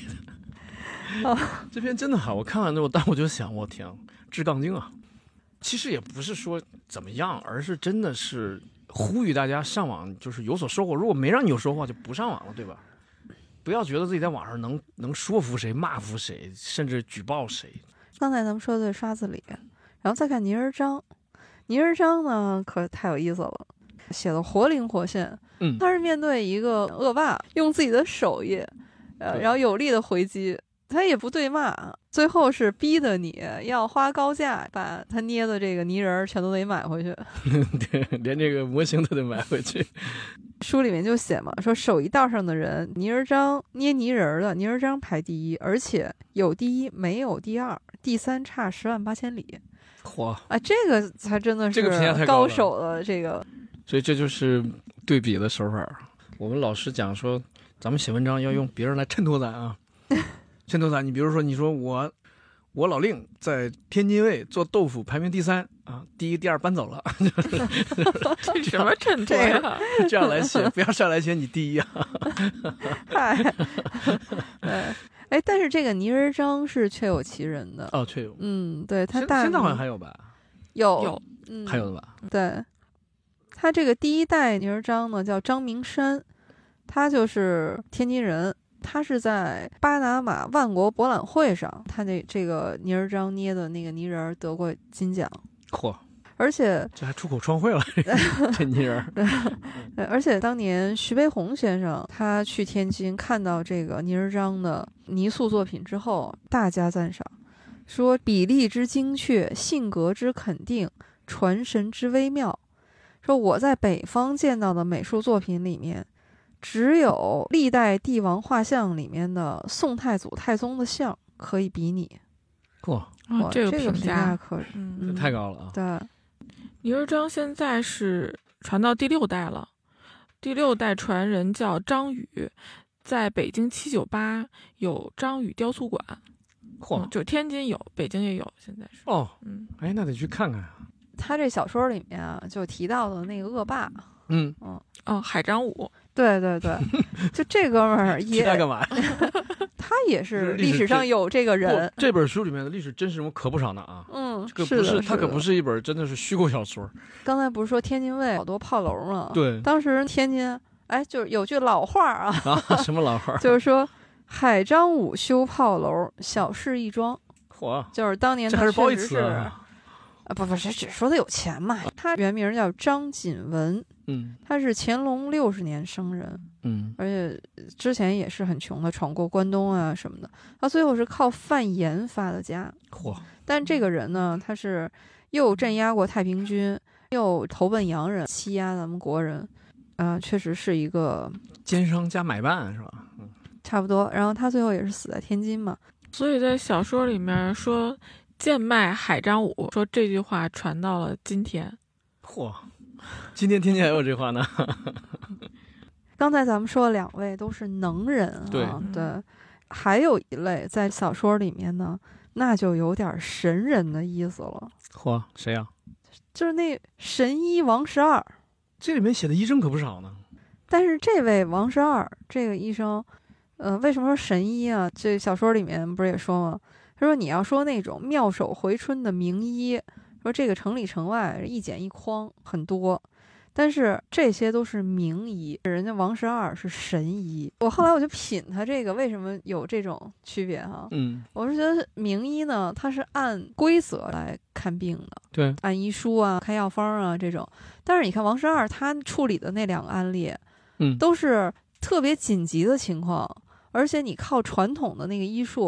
这篇真的好，我看完之后，但我就想，我天，治杠精啊！其实也不是说怎么样，而是真的是呼吁大家上网，就是有所收获。如果没让你有收获，就不上网了，对吧？不要觉得自己在网上能说服谁、骂服谁，甚至举报谁。 刚才咱们说的刷子里，然后再看泥人章。泥人章呢，可太有意思了，写的活灵活现。他是面对一个恶霸，用自己的手艺，然后有力的回击。他也不对骂，最后是逼得你要花高价把他捏的这个泥人全都得买回去。 对，连这个模型都得买回去。 书里面就写嘛，说手艺道上的人，泥人章捏泥人的泥人章排第一，而且有第一没有第二，第三差108000里。 嚯这个才真的是高手的这个。 所以这就是对比的手法。我们老师讲说，咱们写文章要用别人来衬托咱啊。衬托咱，你比如说，你说我老令在天津卫做豆腐排名第3啊，第1、第2搬走了。 这什么衬托呀？ 这样来写，不要上来写你第一啊。 但是这个泥人章是确有其人的哦，确有。 对，他现在好像还有吧？ 有， 还有的吧？ 对，他这个第一代泥人章呢叫张明山，他就是天津人。他是在巴拿马万国博览会上，他这个泥人章捏的那个泥人得过金奖。 嚯！ 而且这还出口创汇了，这泥人。 对，而且当年徐悲鸿先生他去天津看到这个泥人章的泥塑作品之后，大加赞赏，说比例之精确，性格之肯定，传神之微妙。说我在北方见到的美术作品里面，只有历代帝王画像里面的宋太祖太宗的像可以比拟。 哇， 这个评价可太高了啊！ 对， 泥人章现在是传到第6代了，第6代传人叫张宇，在北京798有张宇雕塑馆。 嚯， 就天津有，北京也有，现在是。 那得去看看。 他这小说里面就提到的那个恶霸， 海张武。 对对对，就这哥们儿也他干嘛呀？ 他也是历史上有这个人。 这本书里面的历史真实人物可不少呢啊！这个不是它可不是一本真的是虚构小说。 刚才不是说天津卫好多炮楼吗？ 对， 当时天津就是有句老话啊， 什么老话？ 就是说海张武修炮楼，小事一桩。 嚯， 就是当年这还是褒义词不是，只说他有钱嘛。他原名叫张锦文，他是乾隆60年生人，而且之前也是很穷的，闯过关东啊什么的。他最后是靠贩盐发的家。 嚯！ 但这个人呢，他是又镇压过太平军，又投奔洋人，欺压咱们国人，确实是一个奸商加买办是吧？ 差不多。然后他最后也是死在天津嘛。 所以在小说里面说贱卖海张武，说这句话传到了今天。 嚯，今天天津还有这话呢。 刚才咱们说了2位都是能人啊，对，还有一类在小说里面呢，那就有点神人的意思了。 嚯，谁呀？ 就是那神医王十二。 这里面写的医生可不少呢。 但是这位王十二这个医生，为什么说神医啊？这小说里面不是也说吗？他说你要说那种妙手回春的名医，说这个城里城外一捡一筐很多，但是这些都是名医，人家王十二是神医。后来我就品他这个为什么有这种区别哈？我是觉得名医呢，他是按规则来看病的， 对， 按医书啊、开药方啊这种。但是你看王十二他处理的那2个案例，都是特别紧急的情况，而且你靠传统的那个医术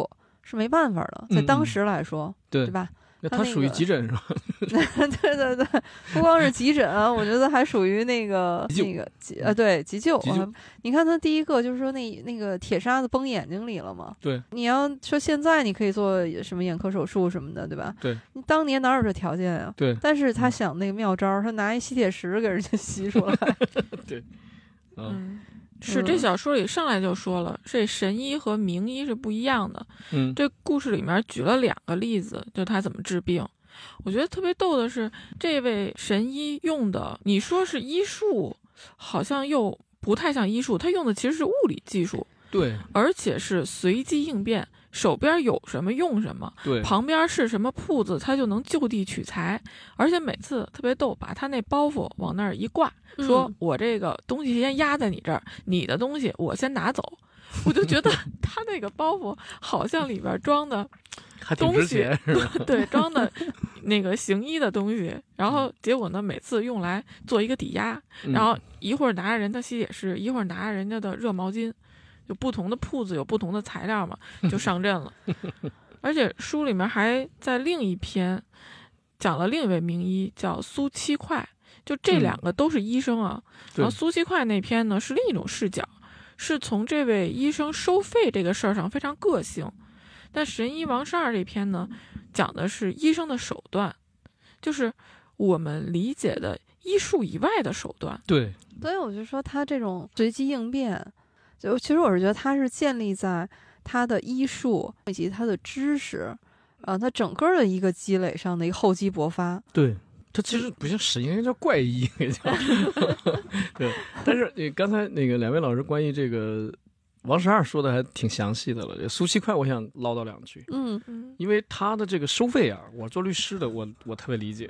是没办法的，在当时来说，对吧？ 它属于急诊是吧？ 对，不光是急诊，我觉得还属于那个对急救。你看他第一个就是说那个铁砂子崩眼睛里了嘛。 对， 你要说现在你可以做什么眼科手术什么的，对吧？ 对， 你当年哪有这条件啊？ 对， 但是他想那个妙招，他拿一吸铁石给人家吸出来。 对， 是这小说里上来就说了，这神医和名医是不一样的。这故事里面举了2个例子，就他怎么治病。我觉得特别逗的是，这位神医用的，你说是医术，好像又不太像医术，他用的其实是物理技术。 对， 而且是随机应变，手边有什么用什么， 对， 旁边是什么铺子，他就能就地取材。而且每次特别逗，把他那包袱往那儿一挂，说我这个东西先压在你这儿，你的东西我先拿走。我就觉得他那个包袱好像里边装的东西，对，装的那个行医的东西，然后结果呢，每次用来做一个抵押，然后一会儿拿着人的吸铁石，一会儿拿着人家的热毛巾，就不同的铺子有不同的材料嘛，就上阵了。而且书里面还在另一篇讲了另一位名医叫苏七快，就这2个都是医生啊。然后苏七快那篇呢是另一种视角，是从这位医生收费这个事儿上非常个性。但神医王十二这篇呢，讲的是医生的手段，就是我们理解的医术以外的手段。 对， 所以我就说他这种随机应变，就其实我是觉得他是建立在他的医术以及他的知识，他整个的一个积累上的一个厚积薄发。 对，他其实不像神医，应该叫怪医。对，但是你刚才那个2位老师关于这个王十二说的还挺详细的了。苏七快我想唠叨2句，因为他的这个收费啊，我做律师的，我特别理解，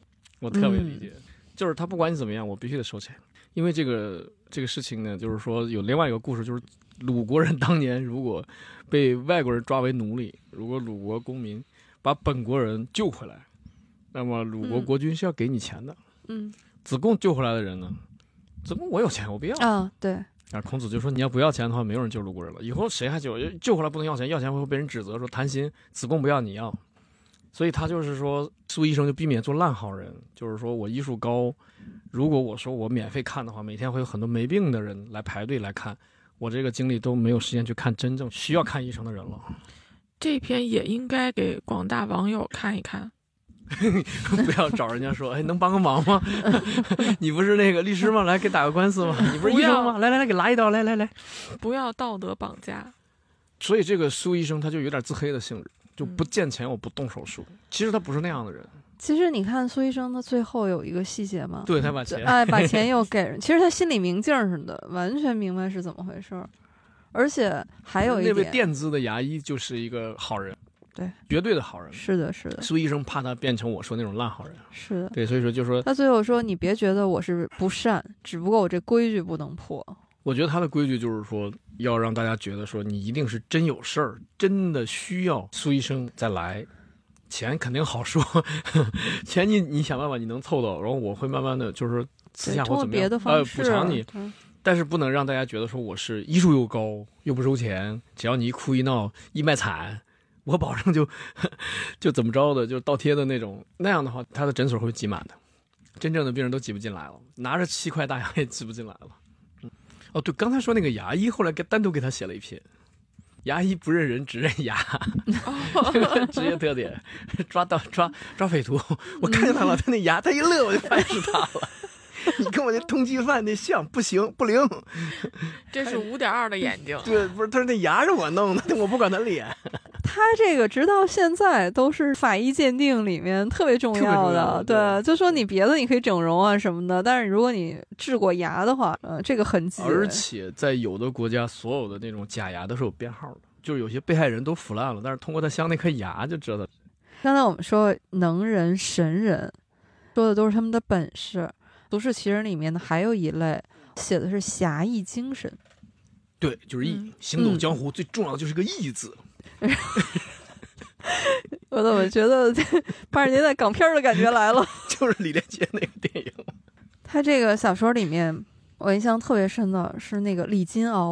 就是他不管你怎么样，我必须得收钱。因为这个事情呢，就是说有另外一个故事，就是鲁国人当年如果被外国人抓为奴隶，如果鲁国公民把本国人救回来，那么鲁国国君是要给你钱的。子贡救回来的人呢，子贡我有钱我不要啊，对。 然后孔子就说你要不要钱的话，没有人救鲁国人了，以后谁还救回来不能要钱，要钱会被人指责说贪心。子贡不要你要，所以他就是说苏医生就避免做烂好人，就是说我医术高，如果我说我免费看的话，每天会有很多没病的人来排队来看，我这个精力都没有时间去看真正需要看医生的人了。 这篇也应该给广大网友看一看。 不要找人家说，哎，能帮个忙吗？你不是那个律师吗？来给打个官司吗？你不是医生吗？来，给拉一刀，来， 不要道德绑架。 所以这个苏医生他就有点自黑的性质，就不见钱我不动手术。其实他不是那样的人。 其实你看苏医生他最后有一个细节嘛， 对，他把钱， 把钱又给人，其实他心里明镜似的，完全明白是怎么回事。而且还有一点， 那位垫资的牙医就是一个好人。 对， 绝对的好人。 是的。 苏医生怕他变成我说那种烂好人。 是的， 对，所以说就说他最后说你别觉得我是不善，只不过我这规矩不能破。 我觉得他的规矩就是说要让大家觉得说你一定是真有事儿，真的需要苏医生再来。钱肯定好说，钱你想办法你能凑到，然后我会慢慢的就是私下或怎么样补偿你。但是不能让大家觉得说我是医术又高又不收钱，只要你一哭一闹一卖惨，我保证就怎么着的，就倒贴的那种。那样的话他的诊所会挤满的，真正的病人都挤不进来了，拿着7块大洋也挤不进来了。哦对，刚才说那个牙医后来单独给他写了一篇，牙医不认人只认牙，职业特点，抓匪徒。我看见他了，他那牙他一乐我就发现是他了。你跟我那通缉犯那像不行不灵， 这是5.2的眼睛。 对，不是，他说那牙是我弄的，我不管他脸。 他这个直到现在都是法医鉴定里面特别重要的。对，就说你别的你可以整容啊什么的，但是如果你治过牙的话，这个痕迹。 而且在有的国家，所有的那种假牙都是有编号的，就是有些被害人都腐烂了，但是通过他镶那颗牙就知道。 刚才我们说能人神人，说的都是他们的本事。俗世奇人里面呢，还有一类写的是侠义精神。 对，就是义，行走江湖最重要的就是个义字。 我怎么觉得80年代港片的感觉来了？ 就是李连杰那个电影。 他这个小说里面，我印象特别深的是那个李金鳌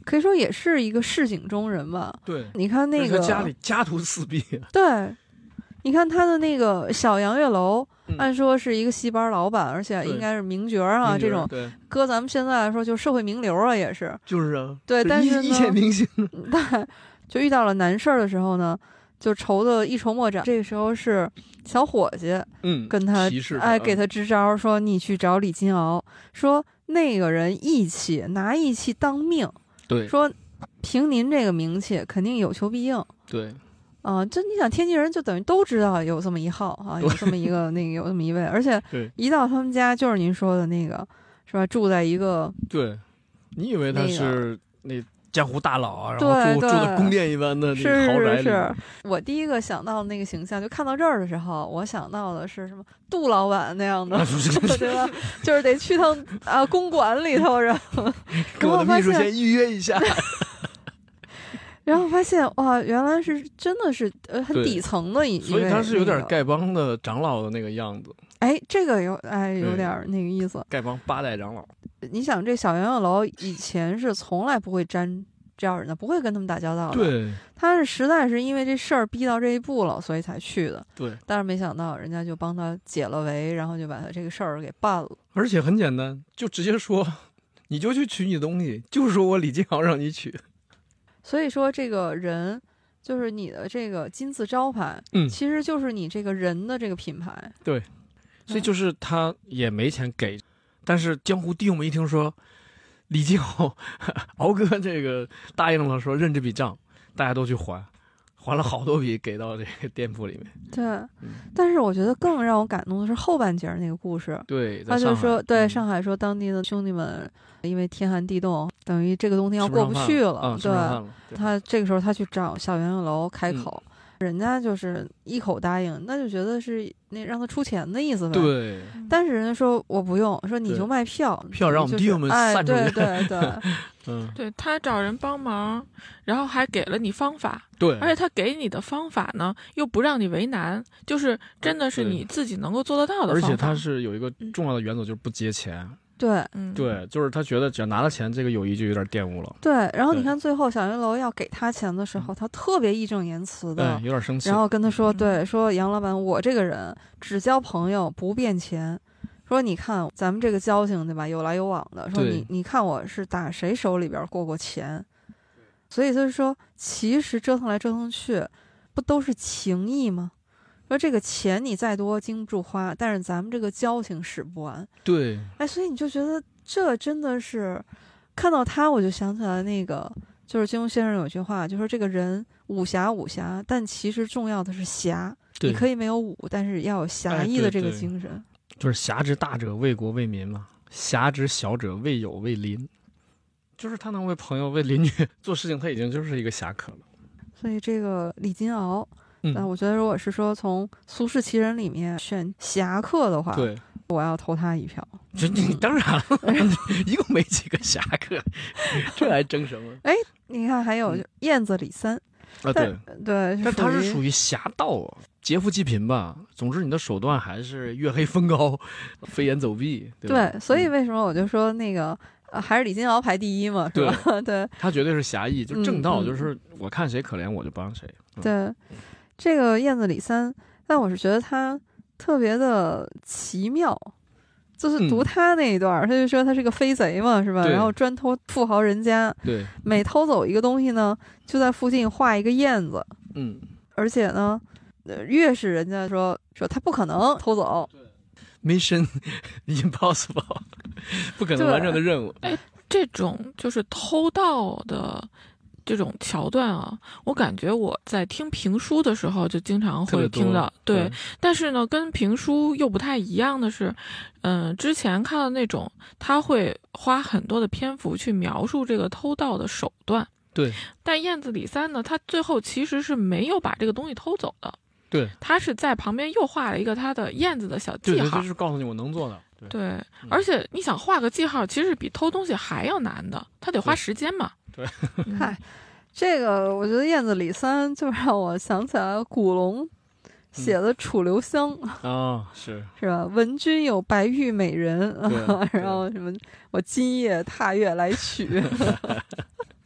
可以说也是一个市井中人吧。 对， 你看那个家里家徒四壁。 对，你看他的那个小洋月楼，按说是一个戏班老板，而且应该是名角啊，这种搁咱们现在来说就是社会名流啊，也是。 就是啊， 对，但是一线明星。 对，就遇到了难事儿的时候呢，就愁得一筹莫展。这个时候是小伙计，跟他给他支招，说你去找李金鳌，说那个人义气，拿义气当命。 对， 说凭您这个名气，肯定有求必应。 对， 就你想天津人就等于都知道有这么一号啊，有这么一个有这么一位，而且一到他们家就是您说的那个，是吧？住在一个对，你以为他是那江湖大佬啊，然后住在宫殿一般的那个豪宅里。 是我第一个想到的那个形象，就看到这儿的时候，我想到的是什么杜老板那样的，对吧？就是得去趟公馆里头，然后跟我的秘书先预约一下。 然后发现哇，原来是真的是很底层的一位， 所以他是有点丐帮的长老的那个样子。 这个有点那个意思。 丐帮8代长老， 你想这小洋楼以前是从来不会沾这样人的，不会跟他们打交道的。 对， 他是实在是因为这事儿逼到这一步了，所以才去的。 对， 但是没想到人家就帮他解了围，然后就把他这个事儿给办了。 而且很简单，就直接说，你就去取你的东西，就说我李金鳌让你取。 所以说这个人就是你的这个金字招牌，其实就是你这个人的这个品牌。 对，所以就是他也没钱给，但是江湖弟兄们一听说李金鳌鳌哥这个答应了说认这笔账，大家都去还了好多笔给到这个店铺里面。 对，但是我觉得更让我感动的是后半截那个故事。 对， 他就说上海说当地的兄弟们因为天寒地冻，等于这个冬天要过不去了。对，他这个时候他去找小洋楼开口，人家就是一口答应，那就觉得是那让他出钱的意思呗。 对， 但是人家说我不用，说你就卖票让我们弟兄们散出去。 对对，他找人帮忙，然后还给了你方法。 对， 而且他给你的方法呢，又不让你为难，就是真的是你自己能够做得到的方法。 而且他是有一个重要的原则，就是不接钱。 对， 对，就是他觉得只要拿了钱，这个友谊就有点玷污了。 对，然后你看最后小洋楼要给他钱的时候，他特别义正言辞的， 有点生气， 然后跟他说，说杨老板，我这个人只交朋友不变钱。说你看咱们这个交情对吧，有来有往的。说你看我是打谁手里边过钱，所以他就说其实折腾来折腾去，不都是情谊吗？说这个钱你再多经不住花，但是咱们这个交情使不完。 对， 所以你就觉得这真的是看到他，我就想起来那个，就是金庸先生有句话，就说这个人武侠，但其实重要的是侠。你可以没有武，但是要有侠义的这个精神。 就是侠之大者为国为民嘛，侠之小者为友为邻。就是他能为朋友为邻居做事情，他已经就是一个侠客了。 所以这个李金鳌，我觉得如果是说从苏轼奇人里面选侠客的话， 对， 我要投他一票。 你当然了，一共没几个侠客，这还争什么？ 你看还有燕子李三。对， 但他是属于侠盗啊，劫富济贫吧。总之，你的手段还是月黑风高，飞檐走壁。 对，所以为什么我就说那个还是李金鳌排第一嘛，是吧？对， 他绝对是侠义，就正道，就是我看谁可怜我就帮谁。 对，这个燕子李三，但我是觉得他特别的奇妙。就是读他那一段，他就说他是个飞贼嘛，是吧？然后专偷富豪人家， 对， 每偷走一个东西呢，就在附近画一个燕子，而且呢，越是人家说他不可能偷走 ，Mission Impossible， 不可能完成的任务。 这种就是偷盗的这种桥段啊，我感觉我在听评书的时候就经常会听到，对。但是呢，跟评书又不太一样的是，之前看到那种他会花很多的篇幅去描述这个偷盗的手段， 对。 但燕子李三呢，他最后其实是没有把这个东西偷走的， 对。 他是在旁边又画了一个他的燕子的小记号， 对，就是告诉你我能做的。 对，而且你想画个记号，其实比偷东西还要难的，他得花时间嘛。 对， 嗨，这个我觉得燕子李三就让我想起来古龙写的《楚留香》 是吧？闻君有白玉美人然后什么我今夜踏月来娶。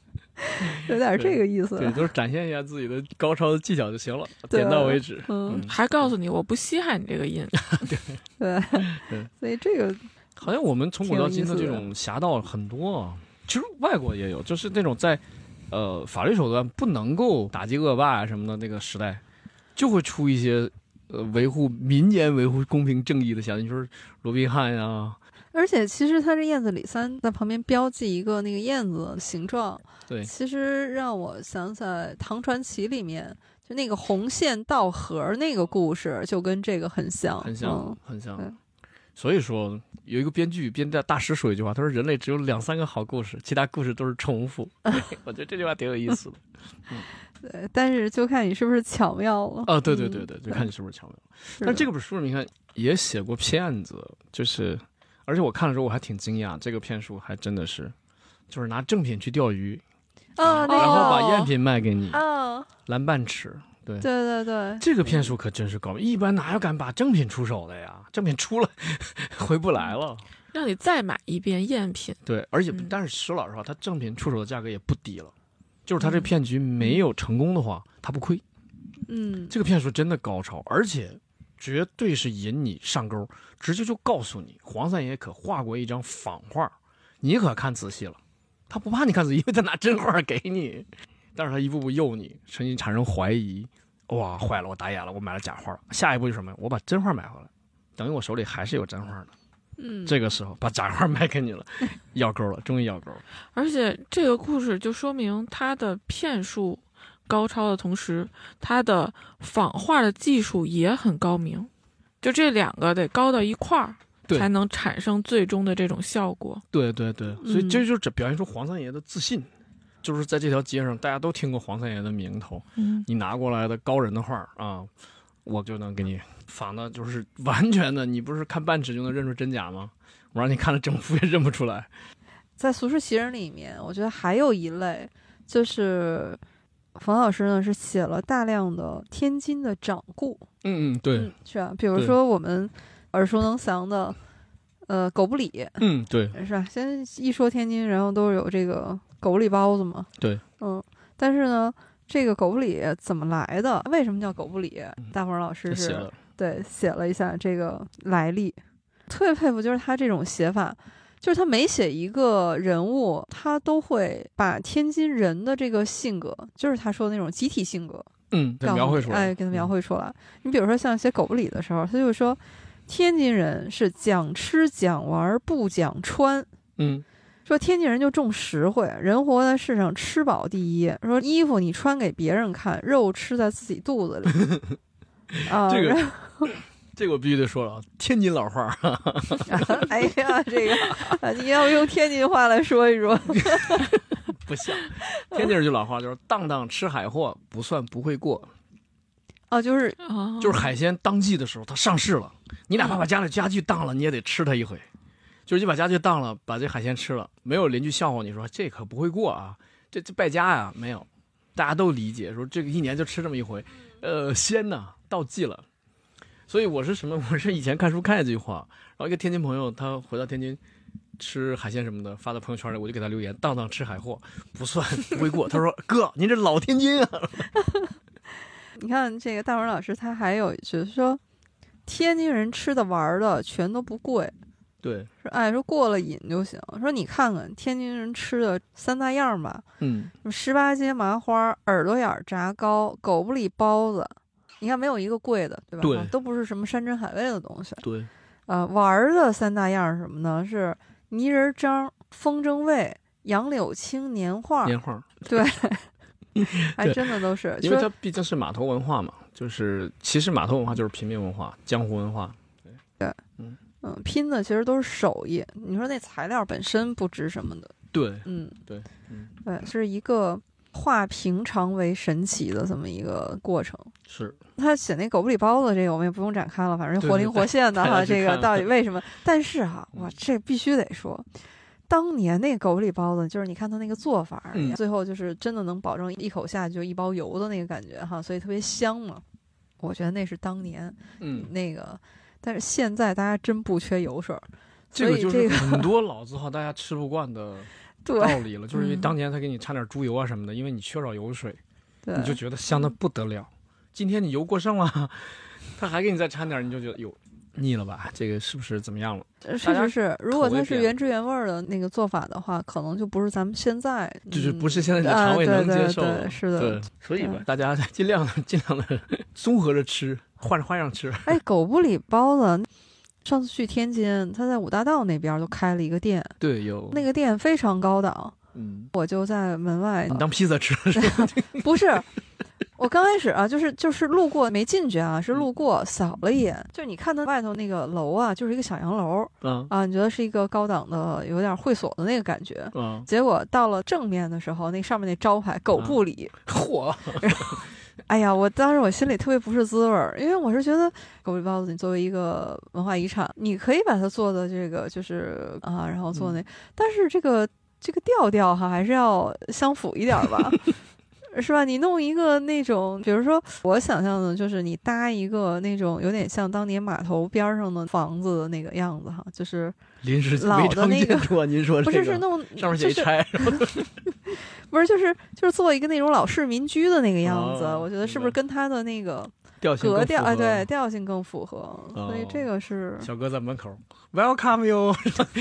有点这个意思。 对，就是展现一下自己的高超的技巧就行了，点到为止。 还告诉你我不稀罕你这个印。 对，所以这个好像我们从古到今的这种侠盗很多啊，其实外国也有，就是那种在法律手段不能够打击恶霸啊什么的那个时代，就会出一些维护民间、维护公平正义的侠盗，你说罗宾汉呀。 而且其实他这燕子李三在旁边标记一个那个燕子的形状， 对， 其实让我想起来唐传奇里面就那个红线稻盒那个故事，就跟这个很像， 很像，很像。所以说有一个编剧编大师说一句话，他说人类只有2-3个好故事，其他故事都是重复。我觉得这句话挺有意思的。 对，但是就看你是不是巧妙了。 对，就看你是不是巧妙。但这个本书你看也写过骗子，就是而且我看了之后我还挺惊讶，这个骗术还真的是就是拿正品去钓鱼，然后把赝品卖给你，蓝半尺。对，这个骗术可真是高明，一般哪有敢把正品出手的呀？正品出了回不来了， 让你再买一遍赝品。 对，而且但是说老实话，他正品出手的价格也不低了，就是他这骗局没有成功的话，他不亏。这个骗术真的高超，而且绝对是引你上钩，直接就告诉你黄三爷可画过一张仿画，你可看仔细了，他不怕你看仔细，因为他拿真画给你。但是他一步步诱你，使你产生怀疑，哇，坏了，我打眼了，我买了假画了。下一步是什么？我把真画买回来，等于我手里还是有真画的。这个时候把假画卖给你了，要钩了，终于要钩了。 而且这个故事就说明他的骗术高超的同时，他的仿画的技术也很高明，就这两个得高到一块儿，才能产生最终的这种效果。 对，所以这就表现出黄三爷的自信。就是在这条街上，大家都听过黄三爷的名头。你拿过来的高人的画啊，我就能给你仿的，就是完全的。你不是看半尺就能认出真假吗？我让你看了整幅也认不出来。 在《俗世奇人》里面，我觉得还有一类，就是冯老师呢是写了大量的天津的掌故。 对， 是吧？比如说我们耳熟能详的，狗不理。 对， 是吧？现在一说天津，然后都有这个。狗不理包子嘛， 对， 但是呢，这个狗不理怎么来的？为什么叫狗不理？大伙儿老师是写了一下这个来历，特别佩服，就是他这种写法，就是他每写一个人物，他都会把天津人的这个性格，就是他说的那种集体性格， 描绘出来， 给他描绘出来。你比如说像写狗不理的时候，他就说天津人是讲吃讲玩不讲穿，说天津人就重实惠，人活在世上吃饱第一。说衣服你穿给别人看，肉吃在自己肚子里。 这个我必须得说了，天津老话。 哎呀，这个你要用天津话来说一说。 不像天津人就老话，就是当当吃海货不算不会过。 就是海鲜当季的时候它上市了，你哪怕把家里家具当了，你也得吃它一回。就是你把家具当了，把这海鲜吃了，没有邻居笑话你说这可不会过啊，这败家呀，没有，大家都理解说这个一年就吃这么一回，鲜呐，到季了。所以我是以前看书看见这句话，然后一个天津朋友他回到天津吃海鲜什么的发到朋友圈里，我就给他留言，当当吃海货不算不会过。他说哥您这老天津啊。 你看这个大文老师他还有就是说天津人吃的玩的全都不贵。 对， 说过了瘾就行。说你看看天津人吃的3大样吧，18街麻花、耳朵眼炸糕、狗不理包子，你看没有一个贵的，对吧？ 对， 都不是什么山珍海味的东西。 对， 玩的3大样是什么呢？是泥人张、风筝味、杨柳青、年画。对，还真的都是， 因为它毕竟是码头文化嘛，就是其实码头文化就是平民文化、江湖文化。 对，拼的其实都是手艺。你说那材料本身不值什么的。 对， 对，是一个化平常为神奇的这么一个过程。 是他写那狗不理包子这个我们也不用展开了，反正活灵活现的哈。这个到底为什么？但是哈，哇，这必须得说，当年那个狗不理包子，就是你看他那个做法，最后就是真的能保证一口下去就一包油的那个感觉哈，所以特别香嘛。我觉得那是当年，那个。但是现在大家真不缺油水， 这个就是很多老字号大家吃不惯的道理了，就是因为当年他给你掺点猪油啊什么的，因为你缺少油水，你就觉得香的不得了。今天你油过剩了，他还给你再掺点，你就觉得哟腻了吧？这个是不是怎么样了？ 确实是，如果它是原汁原味的那个做法的话，可能就不是咱们现在， 就是不是现在你的肠胃能接受。 对，是的。 对，所以吧，大家尽量的综合着吃，换着花样吃。 哎，狗不理包子，上次去天津，他在五大道那边就开了一个店， 对，有那个店非常高档。我就在门外， 你当披萨吃了是吧？ 不是。我刚开始啊，就是路过没进去啊，是路过扫了一眼，就是你看它外头那个楼啊，就是一个小洋楼，你觉得是一个高档的，有点会所的那个感觉，结果到了正面的时候，那上面那招牌狗不理， 嚯！ 哎呀，当时我心里特别不是滋味儿，因为我是觉得狗不理包子，你作为一个文化遗产，你可以把它做的这个就是然后做但是这个调哈还是要相符一点吧。是吧？你弄一个那种，比如说我想象的就是你搭一个那种有点像当年码头边上的房子的那个样子哈，就是临时老的那个。 您说这个不是弄上面写一拆， 不是就是做一个那种老式民居的那个样子，我觉得是不是跟它的那个格调对调性更符合？所以这个是小哥在门口 ，Welcome you。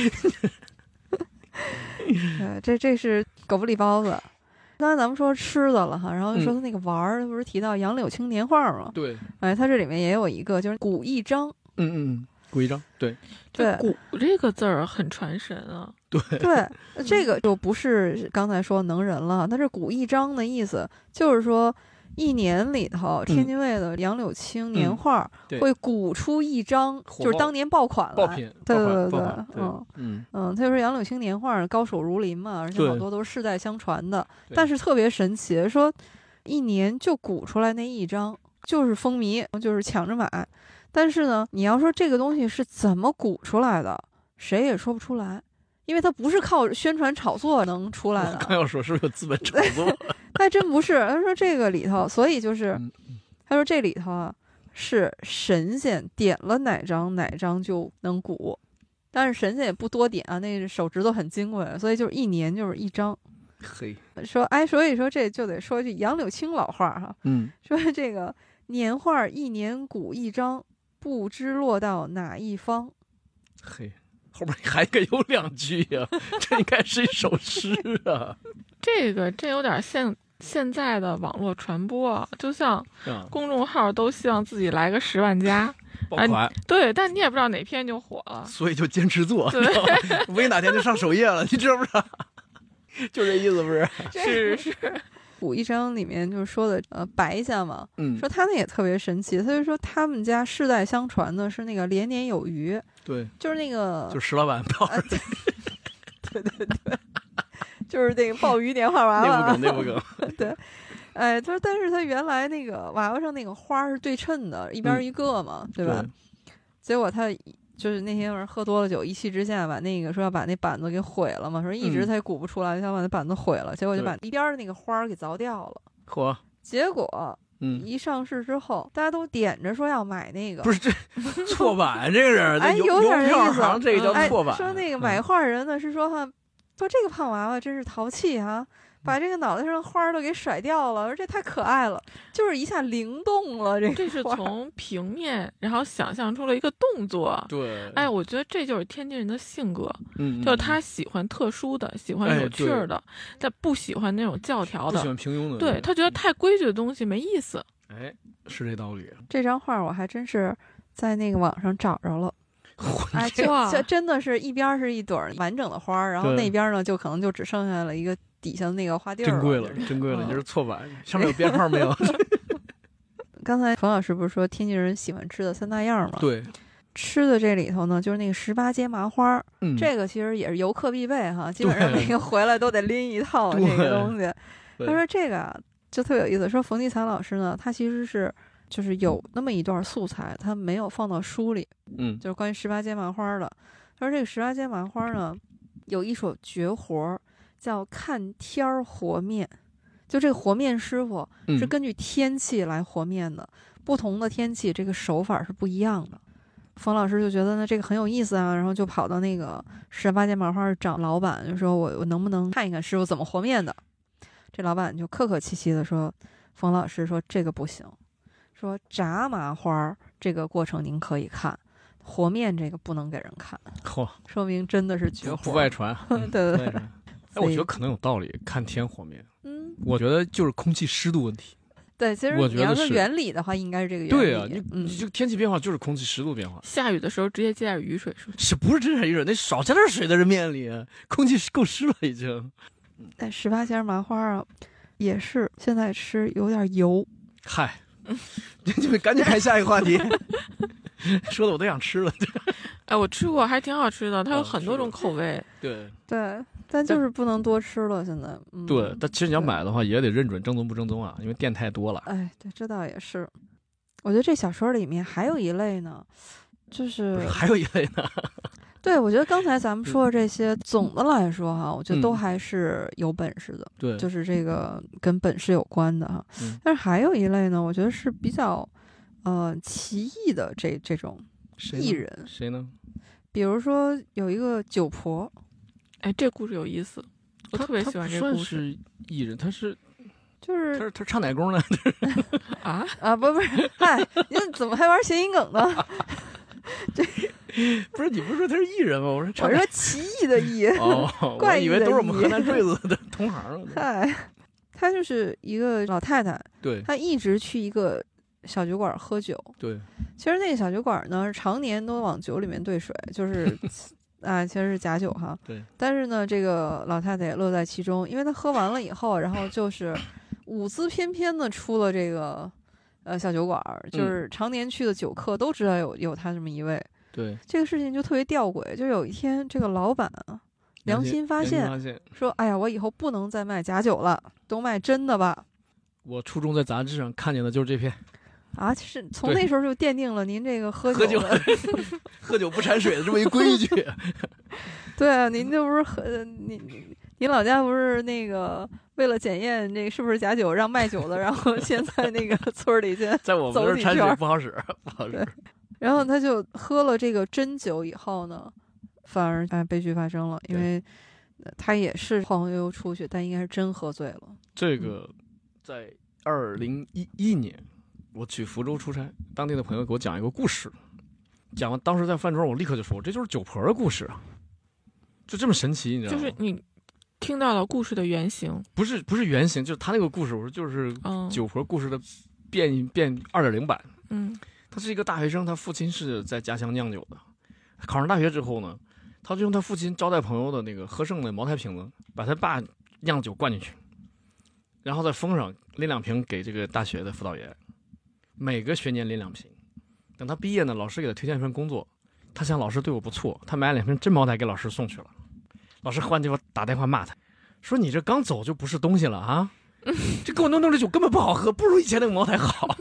这是狗不理包子。刚才咱们说吃的了哈，然后说他那个玩儿，不是提到杨柳青年画吗？ 对， 哎，它这里面也有一个就是古一章。 古一章，对， 古这个字儿很传神啊。 对，这个就不是刚才说能人了，它是古一章的意思，就是说。一年里头，天津卫的杨柳青年画会鼓出一张，就是当年爆款了， 爆品， 对，他就说杨柳青年画高手如林嘛，而且好多都是世代相传的，但是特别神奇，说一年就鼓出来那一张，就是风靡，就是抢着买。但是呢，你要说这个东西是怎么鼓出来的，谁也说不出来。因为它不是靠宣传炒作能出来的。 刚要说是不是有资本炒作？ 还真不是。他说这个里头，所以就是，他说这里头啊是神仙点了哪张就能鼓，但是神仙也不多点啊，那手指头很金贵，所以就是一年就是一张。 嘿， 说哎，所以说这就得说句杨柳青老话哈，说这个年画一年鼓一张，不知落到哪一方。 嘿。后边还得有2句呀，这应该是一首诗啊。 这有点现在的网络传播，就像公众号都希望自己来个10万加爆款， 对，但你也不知道哪篇就火了， 所以就坚持做，微哪天就上首页了，你知不知道？就这意思，不是？ 是。 古一章里面就是说的白家嘛，说他那也特别神奇，他就说他们家世代相传的是那个连年有余， 对， 就是那个就是石老板抱着， 对，就是那个鲍鱼年画娃娃， 内部梗， 对，哎，他说但是他原来那个娃娃上那个花是对称的，一边一个嘛，对吧？结果他。就是那天晚上喝多了酒，一气之下把那个说要把那板子给毁了嘛，说一直他也鼓不出来，想把那板子毁了，结果就把一边的那个花给凿掉了。 嚯！ 结果一上市之后，大家都点着说要买那个， 不是这错版这个人， 哎，有点意思， 这个叫错版。 说那个买画人呢是说说这个胖娃娃真是淘气啊。把这个脑袋上的花都给甩掉了，这太可爱了，就是一下灵动了。这是从平面，然后想象出了一个动作。 对， 哎，我觉得这就是天津人的性格，就是他喜欢特殊的，喜欢有趣的，但不喜欢那种教条的， 不喜欢平庸的。 对，他觉得太规矩的东西没意思。 哎，是这道理。 这张画我还真是在那个网上找着了。哎，就真的是一边是一朵完整的花，然后那边呢就可能就只剩下了一个底下那个花地儿。 珍贵了，这是错版，上面有编号没有？ 刚才冯老师不是说天津人喜欢吃的3大样吗？ 对， 吃的这里头呢，就是那个18街麻花，这个其实也是游客必备哈，基本上每个回来都得拎一套这个东西。他说这个啊就特别有意思，说冯骥才老师呢，他其实是。就是有那么一段素材，他没有放到书里，就是关于18街麻花的。他说这个18街麻花呢，有一手绝活叫看天儿和面，就这个和面师傅是根据天气来和面的，不同的天气这个手法是不一样的。 冯老师就觉得呢这个很有意思啊，然后就跑到那个18街麻花找老板，就说我能不能看一看师傅怎么和面的。这老板就客客气气的说，冯老师说这个不行，说炸麻花这个过程您可以看，和面这个不能给人看。说明真的是绝活， 不外传。 对对对。 我觉得可能有道理，看天和面。我觉得就是空气湿度问题。 对，其实你要说原理的话，应该是这个原理。 对啊，你这个天气变化就是空气湿度变化。 下雨的时候直接加点雨水， 是不是真加雨水？那少加点水在这面里，空气够湿了已经。 但18仙麻花啊，也是现在吃有点油。 嗨，你们赶紧看下一个话题。说的我都想吃了。 哎，我吃过，还挺好吃的，它有很多种口味。 对对，但就是不能多吃了。现在， 对，但其实你要买的话，也得认准正宗不正宗啊，因为店太多了。 哎，对，这倒也是。我觉得这小说里面还有一类呢，就是还有一类呢。 对，我觉得刚才咱们说的这些，总的来说哈，我觉得都还是有本事的。 对， 就是这个跟本事有关的哈。但是还有一类呢，我觉得是比较奇异的这种艺人。 谁呢？ 比如说有一个酒婆。 哎，这故事有意思，我特别喜欢这故事。 他算是艺人，他是唱奶工的。 啊， 不是，嗨，你怎么还玩谐音梗呢？这不是你不是说他是艺人吗？我说奇异的异。 我以为都是我们河南坠子的同行。 嗨，他就是一个老太太， 对， 她一直去一个小酒馆喝酒。 对， 其实那个小酒馆呢，常年都往酒里面兑水，就是其实是假酒哈。 对， 但是呢，这个老太太也乐在其中，因为她喝完了以后，然后就是舞姿翩翩的出了这个小酒馆，就是常年去的酒客都知道有她这么一位。 对， 这个事情就特别吊诡，就有一天这个老板良心发现说，哎呀，我以后不能再卖假酒了，都卖真的吧。 我初中在杂志上看见的就是这篇。 是从那时候就奠定了您这个喝酒喝酒不掺水的这么一规矩。 对啊，您这不是您老家不是那个为了检验这个是不是假酒让卖酒的，然后现在那个村里去在我们这儿掺水不好使。 对，然后他就喝了这个真酒以后呢，反而悲剧发生了，因为他也是晃晃悠悠出去，但应该是真喝醉了。 这个在2011年。我去福州出差，当地的朋友给我讲一个故事，讲完当时在饭桌上，我立刻就说这就是酒婆的故事啊，就这么神奇，你知道吗？ 就是你听到了故事的原型， 不是原型，就是他那个故事，我说就是酒婆故事的变 2.0 版。他是一个大学生，他父亲是在家乡酿酒的，考上大学之后呢，他就用他父亲招待朋友的那个喝剩的茅台瓶子，把他爸酿酒灌进去，然后再封上，拎2瓶给这个大学的辅导员。每个学年拎2瓶，等他毕业呢，老师给他推荐一份工作，他想老师对我不错，他买了2瓶真茅台给老师送去了。老师喝完之后打电话骂他，说你这刚走就不是东西了啊！这给我弄的酒根本不好喝，不如以前那个茅台好。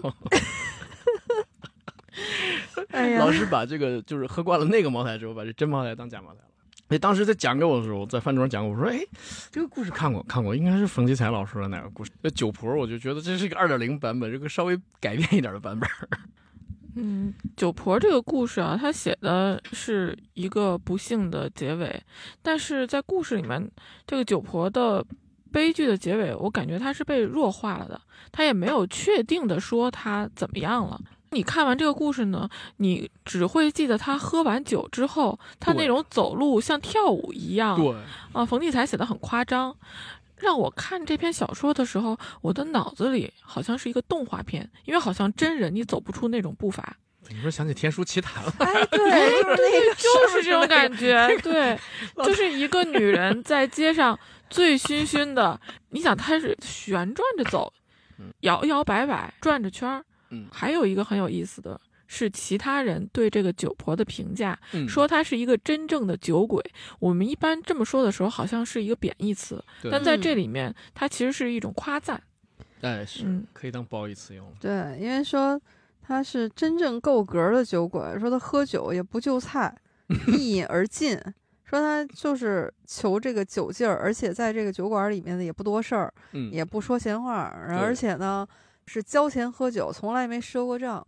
老师把这个就是喝惯了那个茅台之后，把这真茅台当假茅台了。当时在讲给我的时候，在饭桌上讲，我说：“哎，这个故事看过，应该是冯骥才老师的哪个故事？酒婆，我就觉得这是一个2.0 版本，这个稍微改变一点的版本。” 酒婆这个故事啊，他写的是一个不幸的结尾，但是在故事里面，这个酒婆的悲剧的结尾，我感觉他是被弱化了的，他也没有确定的说他怎么样了。你看完这个故事呢，你只会记得他喝完酒之后，他那种走路像跳舞一样。 对冯骥才写的很夸张，让我看这篇小说的时候，我的脑子里好像是一个动画片，因为好像真人你走不出那种步伐。 你说想起《天书奇谭》了？ 哎，对，就是那个， 就是这种感觉。对，就是一个女人在街上醉醺醺的，你想她是旋转着走，摇摇摆摆转着圈儿。还有一个很有意思的是，其他人对这个酒婆的评价，说她是一个真正的酒鬼。我们一般这么说的时候，好像是一个贬义词，但在这里面，它其实是一种夸赞。 哎，是可以当褒义词用。 对，因为说他是真正够格的酒鬼，说他喝酒也不就菜，一饮而尽。说他就是求这个酒劲儿，而且在这个酒馆里面呢也不多事儿，也不说闲话，而且呢。是交钱喝酒，从来没赊过账。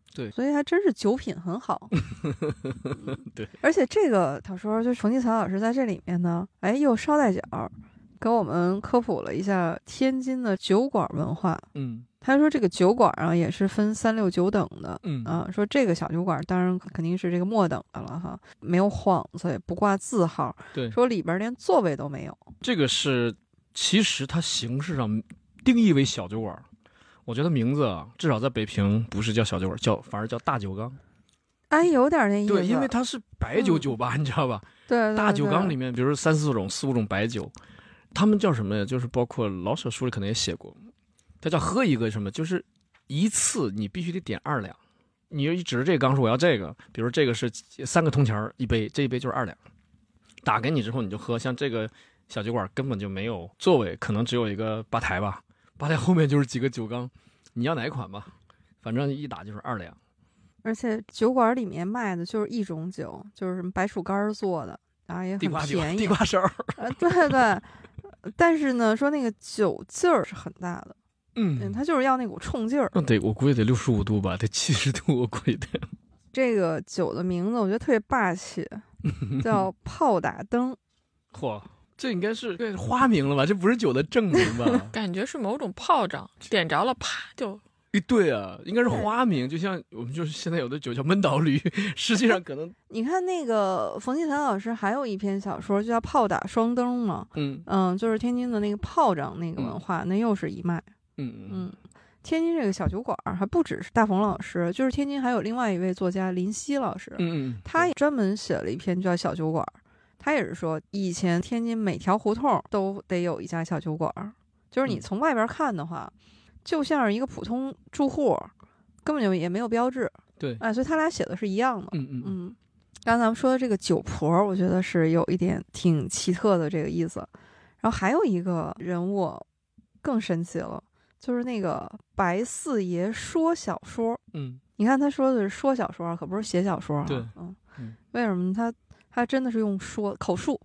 对， 所以还真是酒品很好。 对， 而且这个小说就冯骥才老师在这里面呢，又捎带脚给我们科普了一下天津的酒馆文化。他说这个酒馆啊也是分3、6、9等的。说这个小酒馆当然肯定是这个末等的了哈，没有幌子，也不挂字号。 对， 说里边连座位都没有。这个是其实它形式上定义为小酒馆，我觉得名字啊，至少在北平不是叫小酒馆，反而叫大酒缸。 有点那意思。 对，因为它是白酒酒吧，你知道吧？ 对， 大酒缸里面，比如3、4种、4、5种白酒，他们叫什么呀？就是包括老舍书里可能也写过，它叫喝一个什么，就是一次你必须得点2两。你一指着这个缸说我要这个，比如这个是3个铜钱一杯，这一杯就是2两，打给你之后你就喝。像这个小酒馆根本就没有座位，可能只有一个吧台吧，吧台后面就是几个酒缸，你要哪一款吧，反正一打就是2两。 而且酒馆里面卖的就是一种酒，就是什么白薯干做的，然后也很便宜， 地瓜勺。 对对，但是呢，说那个酒劲儿是很大的。他就是要那股冲劲儿。 我估计得65度吧，得70度，我估计得。 这个酒的名字我觉得特别霸气，叫炮打灯。 嚯，这应该是花名了吧？这不是酒的正名吧？ 感觉是某种炮仗，点着了啪就。 对啊，应该是花名，就像我们就是现在有的酒叫闷倒驴，实际上可能你看那个冯骥才老师还有一篇小说就叫《炮打双灯》嘛，就是天津的那个炮仗那个文化，那又是一脉。天津这个小酒馆还不只是大冯老师，就是天津还有另外一位作家林夕老师，他也专门写了一篇叫《小酒馆》，他也是说以前天津每条胡同都得有一家小酒馆，就是你从外边看的话。就像是一个普通住户，根本就也没有标志。 对， 所以他俩写的是一样的。刚才咱们说的这个酒婆，我觉得是有一点挺奇特的这个意思。然后还有一个人物更神奇了，就是那个白四爷说小说。你看他说的是说小说，可不是写小说。 对， 为什么他真的是用说口述？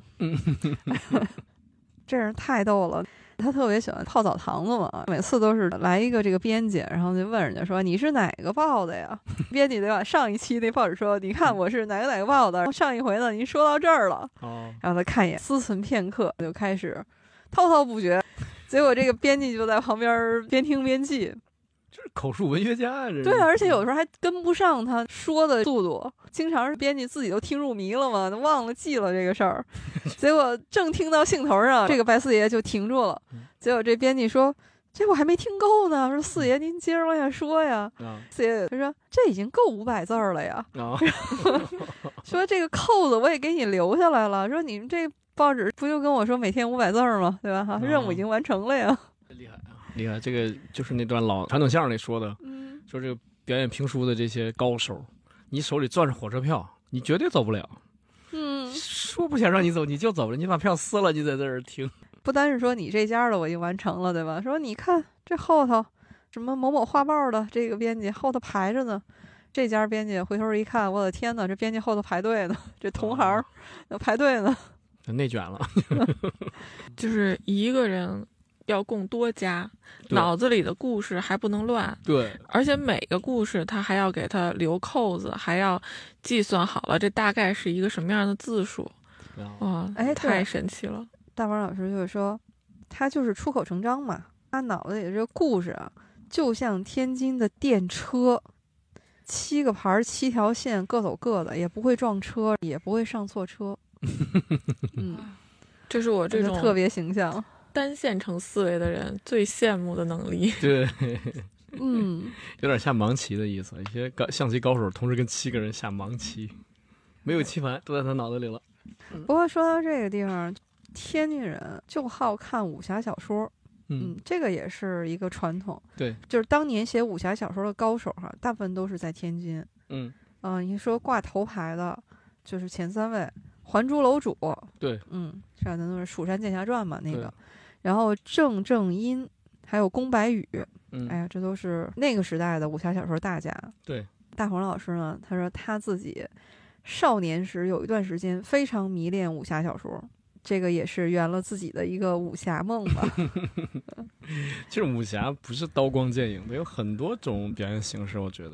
这人太逗了。他特别喜欢泡澡堂子嘛，每次都是来一个这个编辑，然后就问人家说你是哪个报的呀？编辑得把上一期那报纸说，你看我是哪个报的，上一回呢您说到这儿了，然后他看一眼，思忖片刻，就开始滔滔不绝，结果这个编辑就在旁边边听边记。 这是口述文学家啊！ 对，而且有时候还跟不上他说的速度，经常是编辑自己都听入迷了嘛，都忘了记了这个事儿。结果正听到兴头上，这个白四爷就停住了。结果这编辑说：“这我还没听够呢。”说：“四爷您接着往下说呀。”四爷他说：“这已经够500字了呀。”说这个扣子我也给你留下来了。说你们这报纸不就跟我说每天500字吗？对吧？任务已经完成了呀。 厉害。厉害，这个就是那段老传统相声里说的，说这个表演评书的这些高手，你手里攥着火车票，你绝对走不了。说不想让你走，你就走了，你把票撕了，你在这儿听。 不单是说你这家的我已经完成了，对吧？说你看这后头什么某某画报的这个编辑后头排着呢，这家编辑回头一看，我的天哪，这编辑后头排队呢，这同行排队呢， 内卷了。 就是一个人要供多家，脑子里的故事还不能乱。 对， 而且每个故事他还要给他留扣子，还要计算好了这大概是一个什么样的字数。哇，太神奇了！ 大王老师就是说，他就是出口成章嘛，他脑子里的这个故事啊，就像天津的电车，7个牌7条线各走各的，也不会撞车，也不会上错车。 这是我这种特别形象。 单线程思维的人最羡慕的能力。 对，有点下盲棋的意思。一些象棋高手同时跟7个人下盲棋，没有棋盘，都在他脑子里了。 不过说到这个地方，天津人就好看武侠小说，这个也是一个传统。 对， 就是当年写武侠小说的高手哈，大部分都是在天津。你说挂头牌的，就是前3位，《还珠楼主》。 对， 上的都是《蜀山剑侠传》嘛，那个。然后郑正英，还有宫白羽，哎呀，这都是那个时代的武侠小说大家。 对， 大黄老师呢，他说他自己少年时有一段时间非常迷恋武侠小说，这个也是圆了自己的一个武侠梦吧。 其实武侠不是刀光剑影的，有很多种表现形式，我觉得。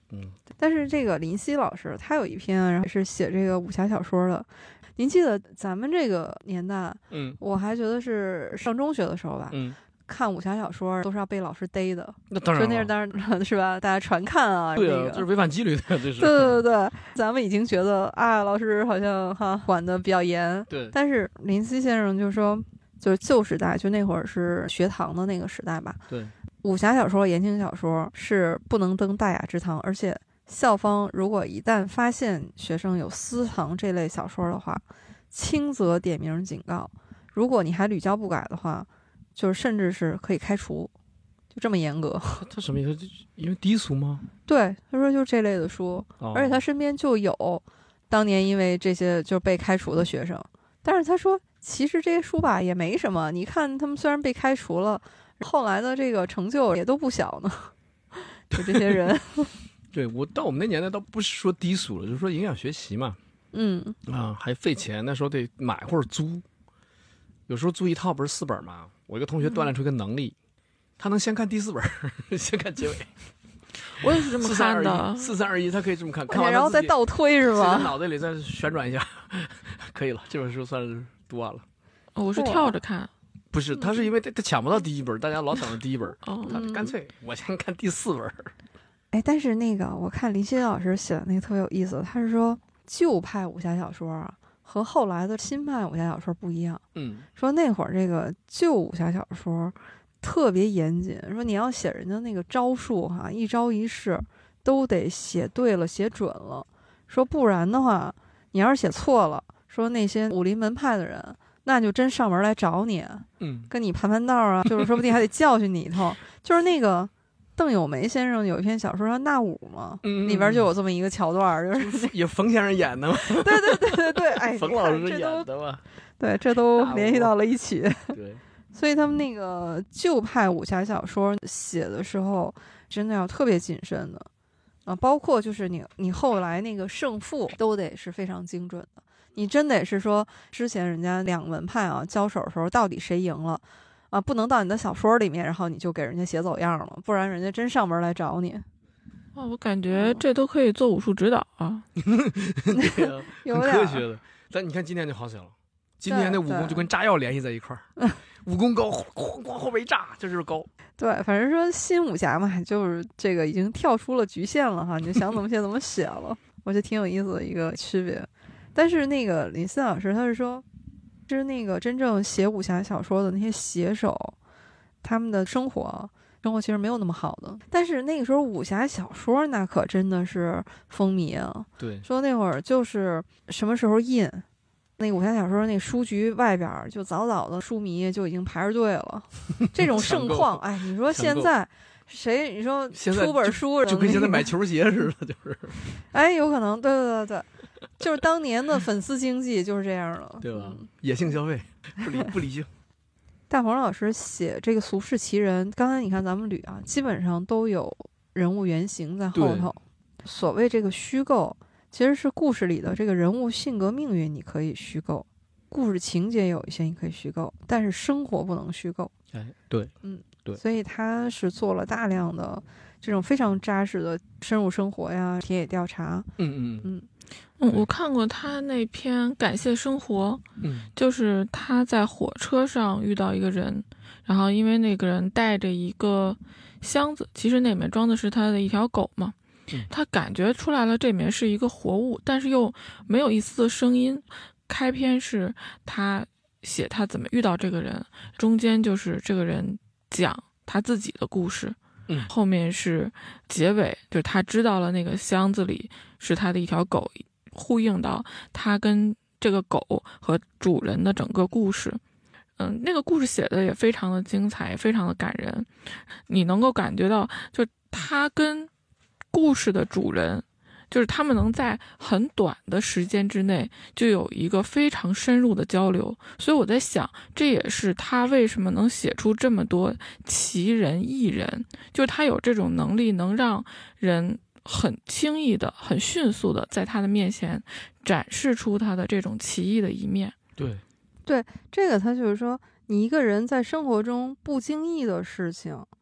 但是这个林夕老师他有一篇，然后是写这个武侠小说的。您记得咱们这个年代，我还觉得是上中学的时候吧，看武侠小说都是要被老师逮的。 那当然， 说那是当然是吧？大家传看啊， 对啊，这是违反纪律的，这是。 对，咱们已经觉得啊，老师好像管得比较严。 对。 但是林夕先生就说，就是旧时代，就那会儿是学堂的那个时代吧。 对。 武侠小说、言情小说是不能登大雅之堂，而且校方如果一旦发现学生有私藏这类小说的话，轻则点名警告，如果你还屡教不改的话，就是甚至是可以开除，就这么严格。 他什么意思？因为低俗吗？ 对，他说就这类的书，而且他身边就有当年因为这些就被开除的学生。但是他说，其实这些书吧也没什么，你看他们虽然被开除了，后来的这个成就也都不小呢。就这些人。 对，到我们那年代倒不是说低俗了，就是说影响学习嘛。还费钱，那时候得买或者租，有时候租一套不是4本吗？我一个同学锻炼出一个能力，他能先看第4本，先看结尾。 我也是这么看的 ，4、3、2、1，他可以这么看，看完然后再倒推是吧？ 脑袋里再旋转一下，可以了，这本书算是读完了。 我是跳着看。 不是，他是因为他抢不到第1本，大家老等着第1本，他干脆我先看第4本。 哎，但是那个我看林夕老师写的那个特别有意思，他是说旧派武侠小说啊和后来的新派武侠小说不一样。说那会儿这个旧武侠小说特别严谨，说你要写人家那个招数一招一式都得写对了写准了，说不然的话你要是写错了，说那些武林门派的人那就真上门来找你，跟你盘道啊，就是说不定还得教训你一通。就是那个邓友梅先生有一篇小说叫《纳武》嘛，里边就有这么一个桥段，就是也冯先生演的嘛。 对，哎， 冯老师演的嘛。 对，这都联系到了一起。 对， 所以他们那个旧派武侠小说写的时候，真的要特别谨慎的包括就是你后来那个胜负都得是非常精准的，你真得是说之前人家2门派交手的时候到底谁赢了。不能到你的小说里面，然后你就给人家写走样了，不然人家真上门来找你。 我感觉这都可以做武术指导啊。 对啊，很科学的。但你看今天就好写了，今天的武功就跟炸药联系在一块儿，武功高，咣咣后边一炸，这就是高。 对，反正说新武侠嘛，就是这个已经跳出了局限了你就想怎么写怎么写了，我觉得挺有意思的一个区别。但是那个林夕老师他是说，其实那个真正写武侠小说的那些写手，他们的生活其实没有那么好的。但是那个时候武侠小说那可真的是风靡啊。 对， 说那会儿就是什么时候印那个武侠小说，那书局外边就早早的书迷就已经排着队了。这种盛况，哎，你说现在谁？你说出本书就跟现在买球鞋似的，就是。 哎，有可能，对。就是当年的粉丝经济就是这样的， 对吧？野性消费，不理性。 大鹏老师写这个俗世奇人，刚才你看咱们捋基本上都有人物原型在后头。所谓这个虚构，其实是故事里的这个人物性格命运你可以虚构，故事情节有一些你可以虚构，但是生活不能虚构。 哎，对，对。 所以他是做了大量的这种非常扎实的深入生活呀、田野调查。 我看过他那篇《感谢生活》，就是他在火车上遇到一个人，然后因为那个人带着一个箱子，其实那里面装的是他的一条狗嘛，他感觉出来了这里面是一个活物，但是又没有一丝的声音。开篇是他写他怎么遇到这个人，中间就是这个人讲他自己的故事，后面是结尾，就是他知道了那个箱子里是他的一条狗，呼应到他跟这个狗和主人的整个故事。那个故事写的也非常的精彩，也非常的感人。你能够感觉到，就他跟故事的主人，就是他们能在很短的时间之内就有一个非常深入的交流。所以我在想，这也是他为什么能写出这么多奇人异人，就是他有这种能力，能让人很轻易的、很迅速的在他的面前展示出他的这种奇异的一面。 对，这个他就是说，你一个人在生活中不经意的事情，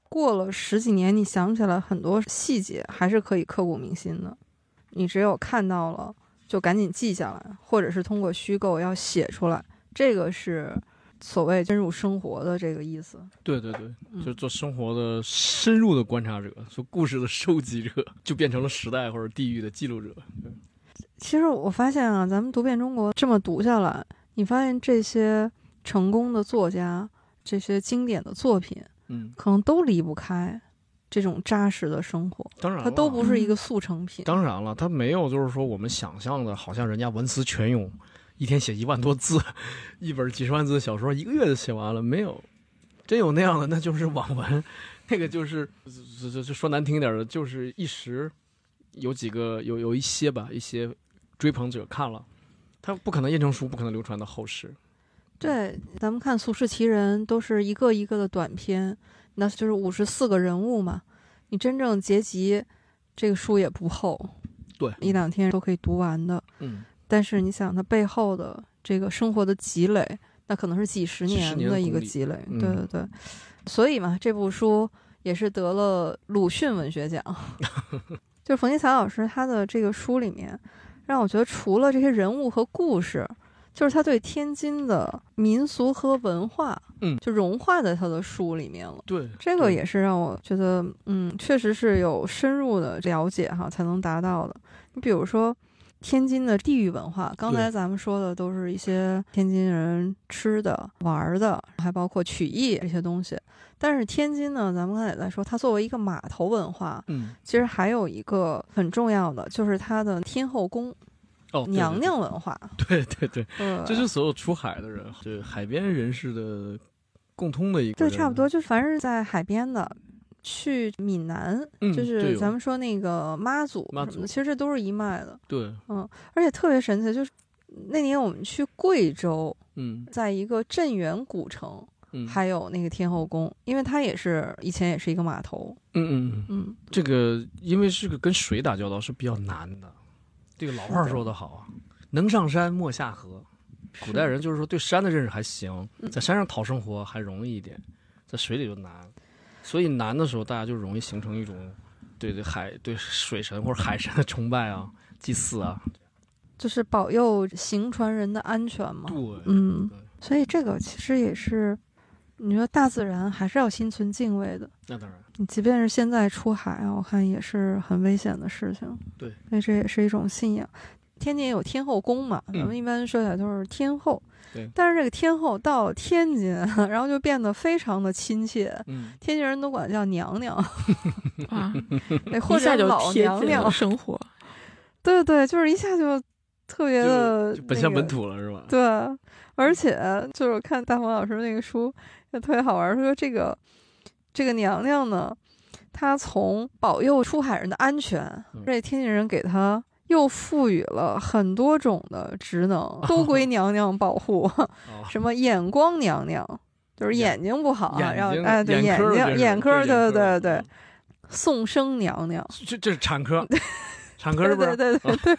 过了10几年，你想起来很多细节还是可以刻骨铭心的。你只有看到了就赶紧记下来，或者是通过虚构要写出来，这个是所谓深入生活的这个意思。 对对对，就做生活的深入的观察者，做故事的收集者，就变成了时代或者地域的记录者。 其实我发现啊，咱们读遍中国这么读下来，你发现这些成功的作家，这些经典的作品，可能都离不开这种扎实的生活。 当然， 它都不是一个速成品。 当然了，它没有就是说我们想象的，好像人家文思泉涌，一天写1万多字，一本几10万字的小说1个月就写完了，没有。真有那样的，那就是网文，那个就是说难听一点的，就是一时有几个有一些吧，一些追捧者看了，他不可能印成书，不可能流传到后世。 对，咱们看《俗世奇人》都是一个一个的短篇，那就是54个人物嘛。你真正结集，这个书也不厚， 对 ，1、2天都可以读完的。但是你想，它背后的这个生活的积累，那可能是几十年的一个积累。对对对，所以嘛，这部书也是得了鲁迅文学奖。就是冯骥才老师他的这个书里面，让我觉得除了这些人物和故事，就是他对天津的民俗和文化，就融化在他的书里面了。 对， 这个也是让我觉得，确实是有深入的了解哈，才能达到的。你比如说天津的地域文化，刚才咱们说的都是一些天津人吃的、玩的，还包括曲艺这些东西。但是天津呢，咱们刚才也在说，它作为一个码头文化，其实还有一个很重要的，就是它的天后宫。娘娘文化， 对对对，这是所有出海的人，就海边人士的共通的一个。 对，差不多，就凡是在海边的，去闽南，就是咱们说那个妈祖什么的，其实这都是一脉的。 对， 而且特别神奇，就是那年我们去贵州，在一个镇远古城，还有那个天后宫，因为它以前也是一个码头。 这个因为这个跟水打交道是比较难的。这个老话说得好啊，能上山莫下河。古代人就是说对山的认识还行，在山上讨生活还容易一点，在水里就难。所以难的时候，大家就容易形成一种对水神或者海神的崇拜啊、祭祀啊， 就是保佑行船人的安全嘛。 对， 所以这个其实也是，你说大自然还是要心存敬畏的。 那当然。 你即便是现在出海啊，我看也是很危险的事情。 对， 所以这也是一种信仰。天津有天后宫嘛，咱们一般说起来都是天后。 对。 但是这个天后到了天津，然后就变得非常的亲切。天津人都管叫娘娘啊， 或者老娘娘生活。 对对，就是一下就特别的、 就本乡本土了，是吧？ 对，而且就是我看大鹏老师那个书也特别好玩，说这个娘娘呢，她从保佑出海人的安全，这天津人给她又赋予了很多种的职能，都归娘娘保护。什么眼光娘娘，就是眼睛不好啊，然后对眼科，对对对，送生娘娘， 这是产科，产科是不是？ 对。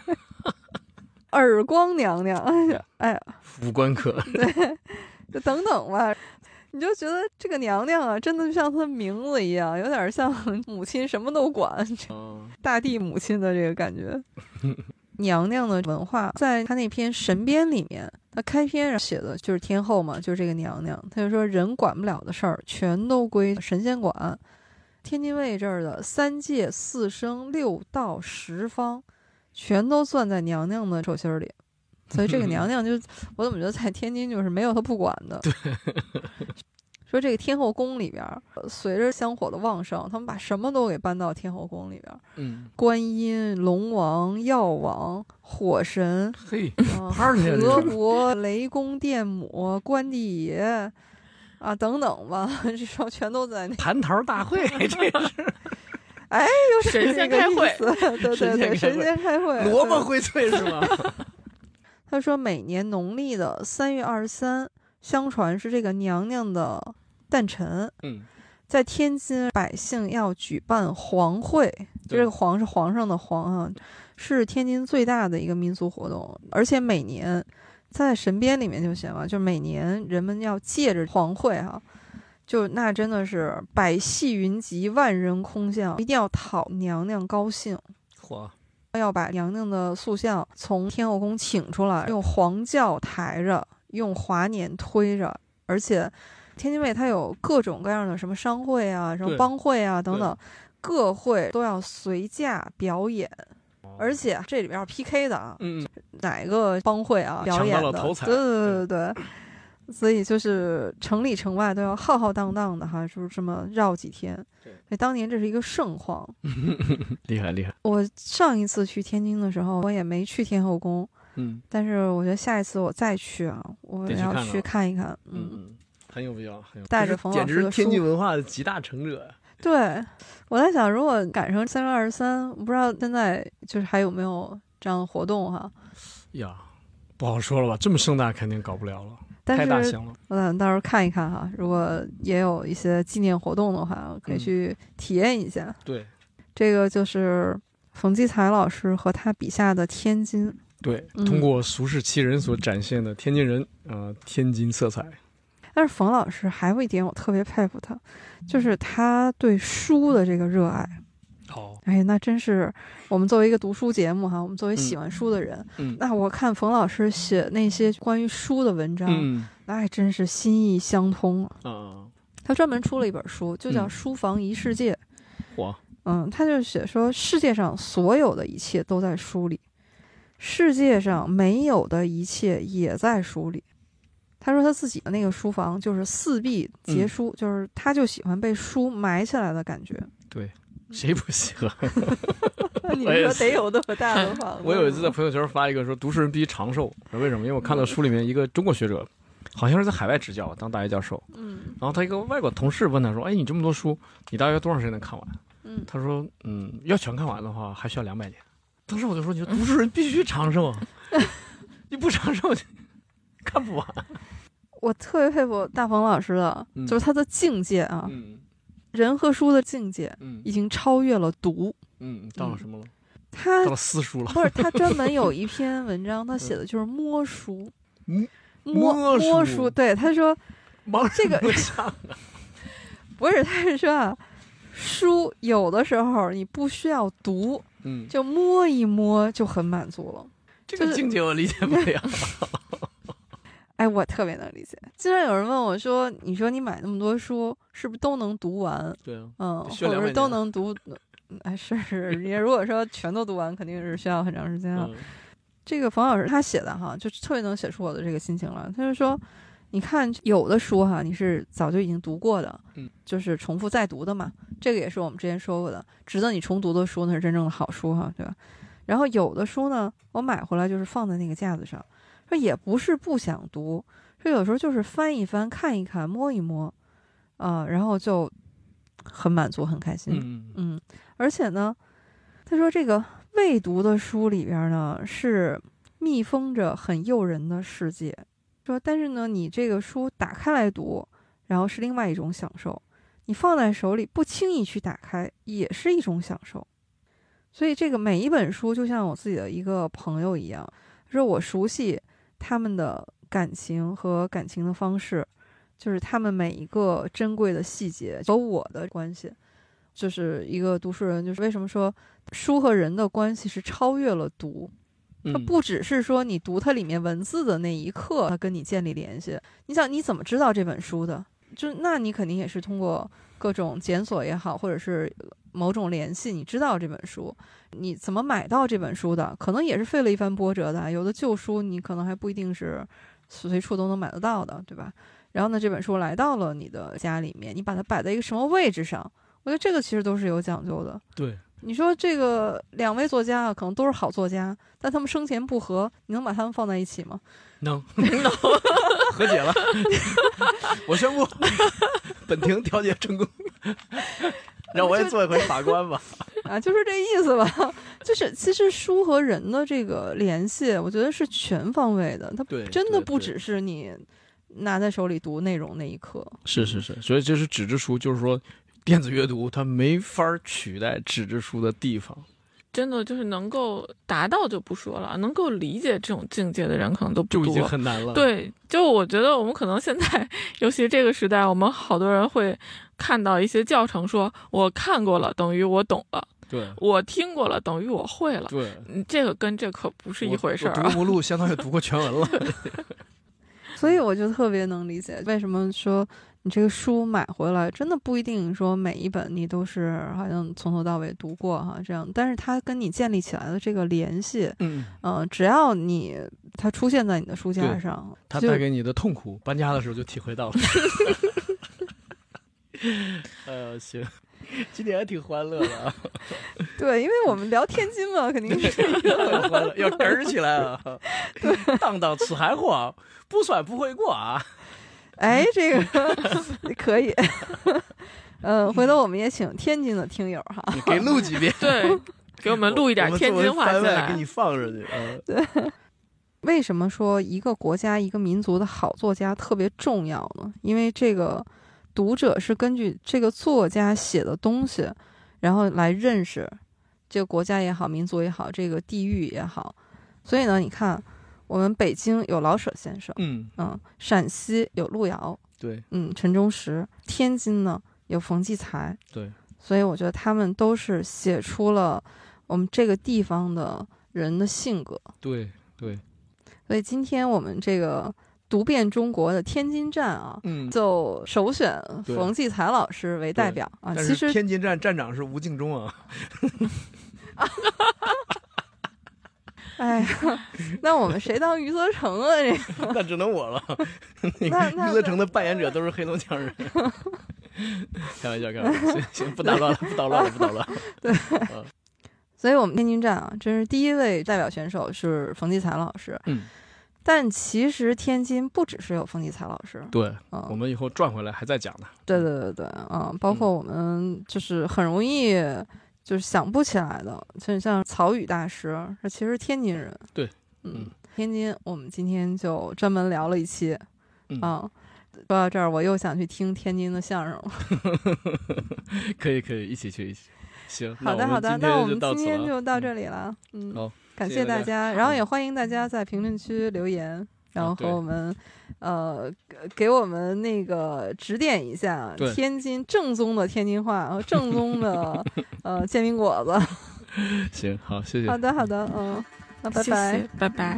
耳光娘娘，哎呀， 五官科， 对，就等等吧。你就觉得这个娘娘啊，真的就像她的名字一样，有点像母亲什么都管，大地母亲的这个感觉。娘娘的文化，在她那篇《神编》里面，她开篇上写的就是天后嘛，就是这个娘娘。她就说人管不了的事儿，全都归神仙管。天津卫这儿的3界4生6道10方，全都算在娘娘的手心里。所以这个娘娘就，我怎么觉得在天津就是没有她不管的。 对。 说这个天后宫里边，随着香火的旺盛，他们把什么都给搬到天后宫里边。观音、龙王、药王、火神，河伯、雷公、电母、关帝爷啊等等吧，这时候全都在那蟠桃大会，这是。 哎，又是神仙开会， 对，神仙开会， 萝卜荟萃是吗？ 他说每年农历的3月23，相传是这个娘娘的诞辰。在天津百姓要举办皇会，这个皇是皇上的皇啊，是天津最大的一个民俗活动，而且每年在神编里面就写嘛，就每年人们要借着皇会就那真的是百戏云集，万人空巷，一定要讨娘娘高兴。 嚯！ 要把娘娘的塑像从天后宫请出来，用黄轿抬着，用华辇推着，而且天津卫它有各种各样的什么商会啊、什么帮会啊等等，各会都要随驾表演，而且这里边要 PK 的啊，哪个帮会啊表演的，对。所以就是城里城外都要浩浩荡荡的哈，就是这么绕几天。所以当年这是一个盛况， 厉害。 我上一次去天津的时候，我也没去天后宫，但是我觉得下一次我再去啊，我要去看一看， 很有必要， 带着冯老师的书， 简直是天津文化的集大成者。 对，我在想，如果赶上3月23，我不知道现在就是还有没有这样的活动哈？ 呀，不好说了吧，这么盛大肯定搞不了了。太大型了， 我打算到时候看一看哈。如果也有一些纪念活动的话，我可以去体验一下。 对， 这个就是冯骥才老师和他笔下的天津。 对，通过俗世奇人所展现的天津人，天津色彩。 但是冯老师还有一点我特别佩服他，就是他对书的这个热爱。哎，那真是我们作为一个读书节目哈，我们作为喜欢书的人，那我看冯老师写那些关于书的文章，那还真是心意相通啊。他专门出了一本书，就叫《书房一世界》。他就写说，世界上所有的一切都在书里，世界上没有的一切也在书里。他说他自己的那个书房就是四壁结书，就是他就喜欢被书埋起来的感觉。 对。谁不喜欢？ 你说得有那么大的房子？ 我有一次在朋友圈发一个说，读书人必须长寿。为什么？因为我看到书里面一个中国学者，好像是在海外执教当大学教授。然后他一个外国同事问他说：“哎，你这么多书，你大约多长时间能看完？”他说：“要全看完的话，还需要200年。”当时我就说：“你说读书人必须长寿，你不长寿看不完。” 我特别佩服大冯老师的，就是他的境界啊。人和书的境界已经超越了读， 到了什么了？ 他到了私书了。 不是，他专门有一篇文章，他写的就是摸书， 摸书。对，他说这个不是，他是说啊，书有的时候你不需要读，就摸一摸就很满足了。 这个境界我理解不了。 哎，我特别能理解。经常有人问我说：“你说你买那么多书，是不是都能读完？” 对啊， 或者是都能读？哎，是。你如果说全都读完，肯定是需要很长时间啊。这个冯老师他写的哈，就特别能写出我的这个心情了。他就说，你看有的书哈，你是早就已经读过的，就是重复再读的嘛。这个也是我们之前说过的，值得你重读的书，那是真正的好书哈，对吧？然后有的书呢，我买回来就是放在那个架子上。说也不是不想读，说有时候就是翻一翻、看一看、摸一摸，然后就很满足、很开心。而且呢，他说这个未读的书里边呢是密封着很诱人的世界，说但是呢你这个书打开来读，然后是另外一种享受，你放在手里不轻易去打开也是一种享受。所以这个每一本书就像我自己的一个朋友一样，说我熟悉他们的感情和感情的方式，就是他们每一个珍贵的细节和我的关系，就是一个读书人，就是为什么说书和人的关系是超越了读，它不只是说你读它里面文字的那一刻它跟你建立联系，你想你怎么知道这本书的，就那你肯定也是通过各种检索也好，或者是某种联系，你知道这本书，你怎么买到这本书的，可能也是费了一番波折的。有的旧书你可能还不一定是随处都能买得到的，对吧？然后呢，这本书来到了你的家里面，你把它摆在一个什么位置上，我觉得这个其实都是有讲究的。 对， 你说这个2位作家啊，可能都是好作家，但他们生前不和，你能把他们放在一起吗？ 能和解了。我宣布本庭调解成功。让我也做一回法官吧。 就是这意思吧。就是其实书和人的这个联系，我觉得是全方位的，它真的不只是你拿在手里读内容那一刻。 是，所以这是纸质书，就是说电子阅读它没法取代纸质书的地方。 真的就是能够达到就不说了，能够理解这种境界的人可能都不多， 就已经很难了。 对，就我觉得我们可能现在，尤其这个时代，我们好多人会看到一些教程说，我看过了等于我懂了。 对， 我听过了等于我会了。 对， 这个跟这可不是一回事儿。 我读目录相当于读过全文了。 所以我就特别能理解为什么说你这个书买回来真的不一定说每一本你都是好像从头到尾读过哈这样，但是它跟你建立起来的这个联系，只要它出现在你的书架上， 它带给你的痛苦，搬家的时候就体会到了。行。今天还挺欢乐的啊。 对，因为我们聊天津嘛，肯定是欢乐，要哏儿起来啊。对，当当吃海货，不酸不会过啊。 哎，这个可以。回头我们也请天津的听友哈， 你给录几遍。 对，给我们录一点天津话进来， 给你放上去。 对。为什么说一个国家一个民族的好作家特别重要呢？因为这个读者是根据这个作家写的东西，然后来认识这个国家也好，民族也好，这个地域也好。所以呢，你看，我们北京有老舍先生，陕西有路遥， 对， 陈忠实，天津呢有冯骥才， 对。 所以我觉得他们都是写出了我们这个地方的人的性格。 对对。 所以今天我们这个读遍中国的天津站啊，就首选冯骥才老师为代表啊。其实天津站站长是吴敬中啊。 哎呀，那我们谁当余则成啊？这个那只能我了。那余则成的扮演者都是黑龙江人。开玩笑，开玩笑，行，不捣乱了，不捣乱了，不捣乱了。 对。所以我们天津站啊，真是第一位代表选手是冯骥才老师。但其实天津不只是有冯骥才老师， 对，我们以后转回来还在讲呢。 对对对对，包括我们就是很容易就是想不起来的，就像曹禺大师，他其实天津人。 对， 天津，我们今天就专门聊了一期，说到这儿，我又想去听天津的相声了。 可以，一起去，一起。行， 好的，那我们今天就到这里了。 好。 感谢大家，然后也欢迎大家在评论区留言，然后和我们给我们那个指点一下天津正宗的天津话和正宗的煎饼果子。 行，好，谢谢。 好的，那拜拜， 谢谢，拜拜。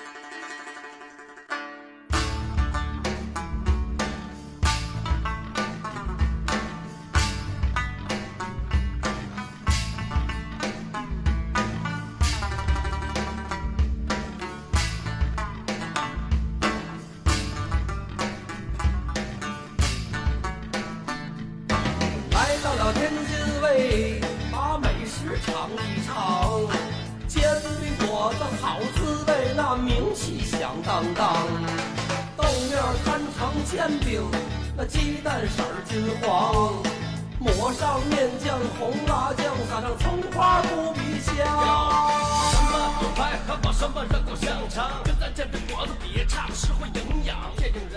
尝一尝，煎饼果子好滋味，那名气响当当。豆面摊成煎饼，那鸡蛋色金黄，抹上面酱红辣酱，撒上葱花不比香。什么牛排汉堡，什么热狗香肠，跟咱煎饼果子比，差的是会营养。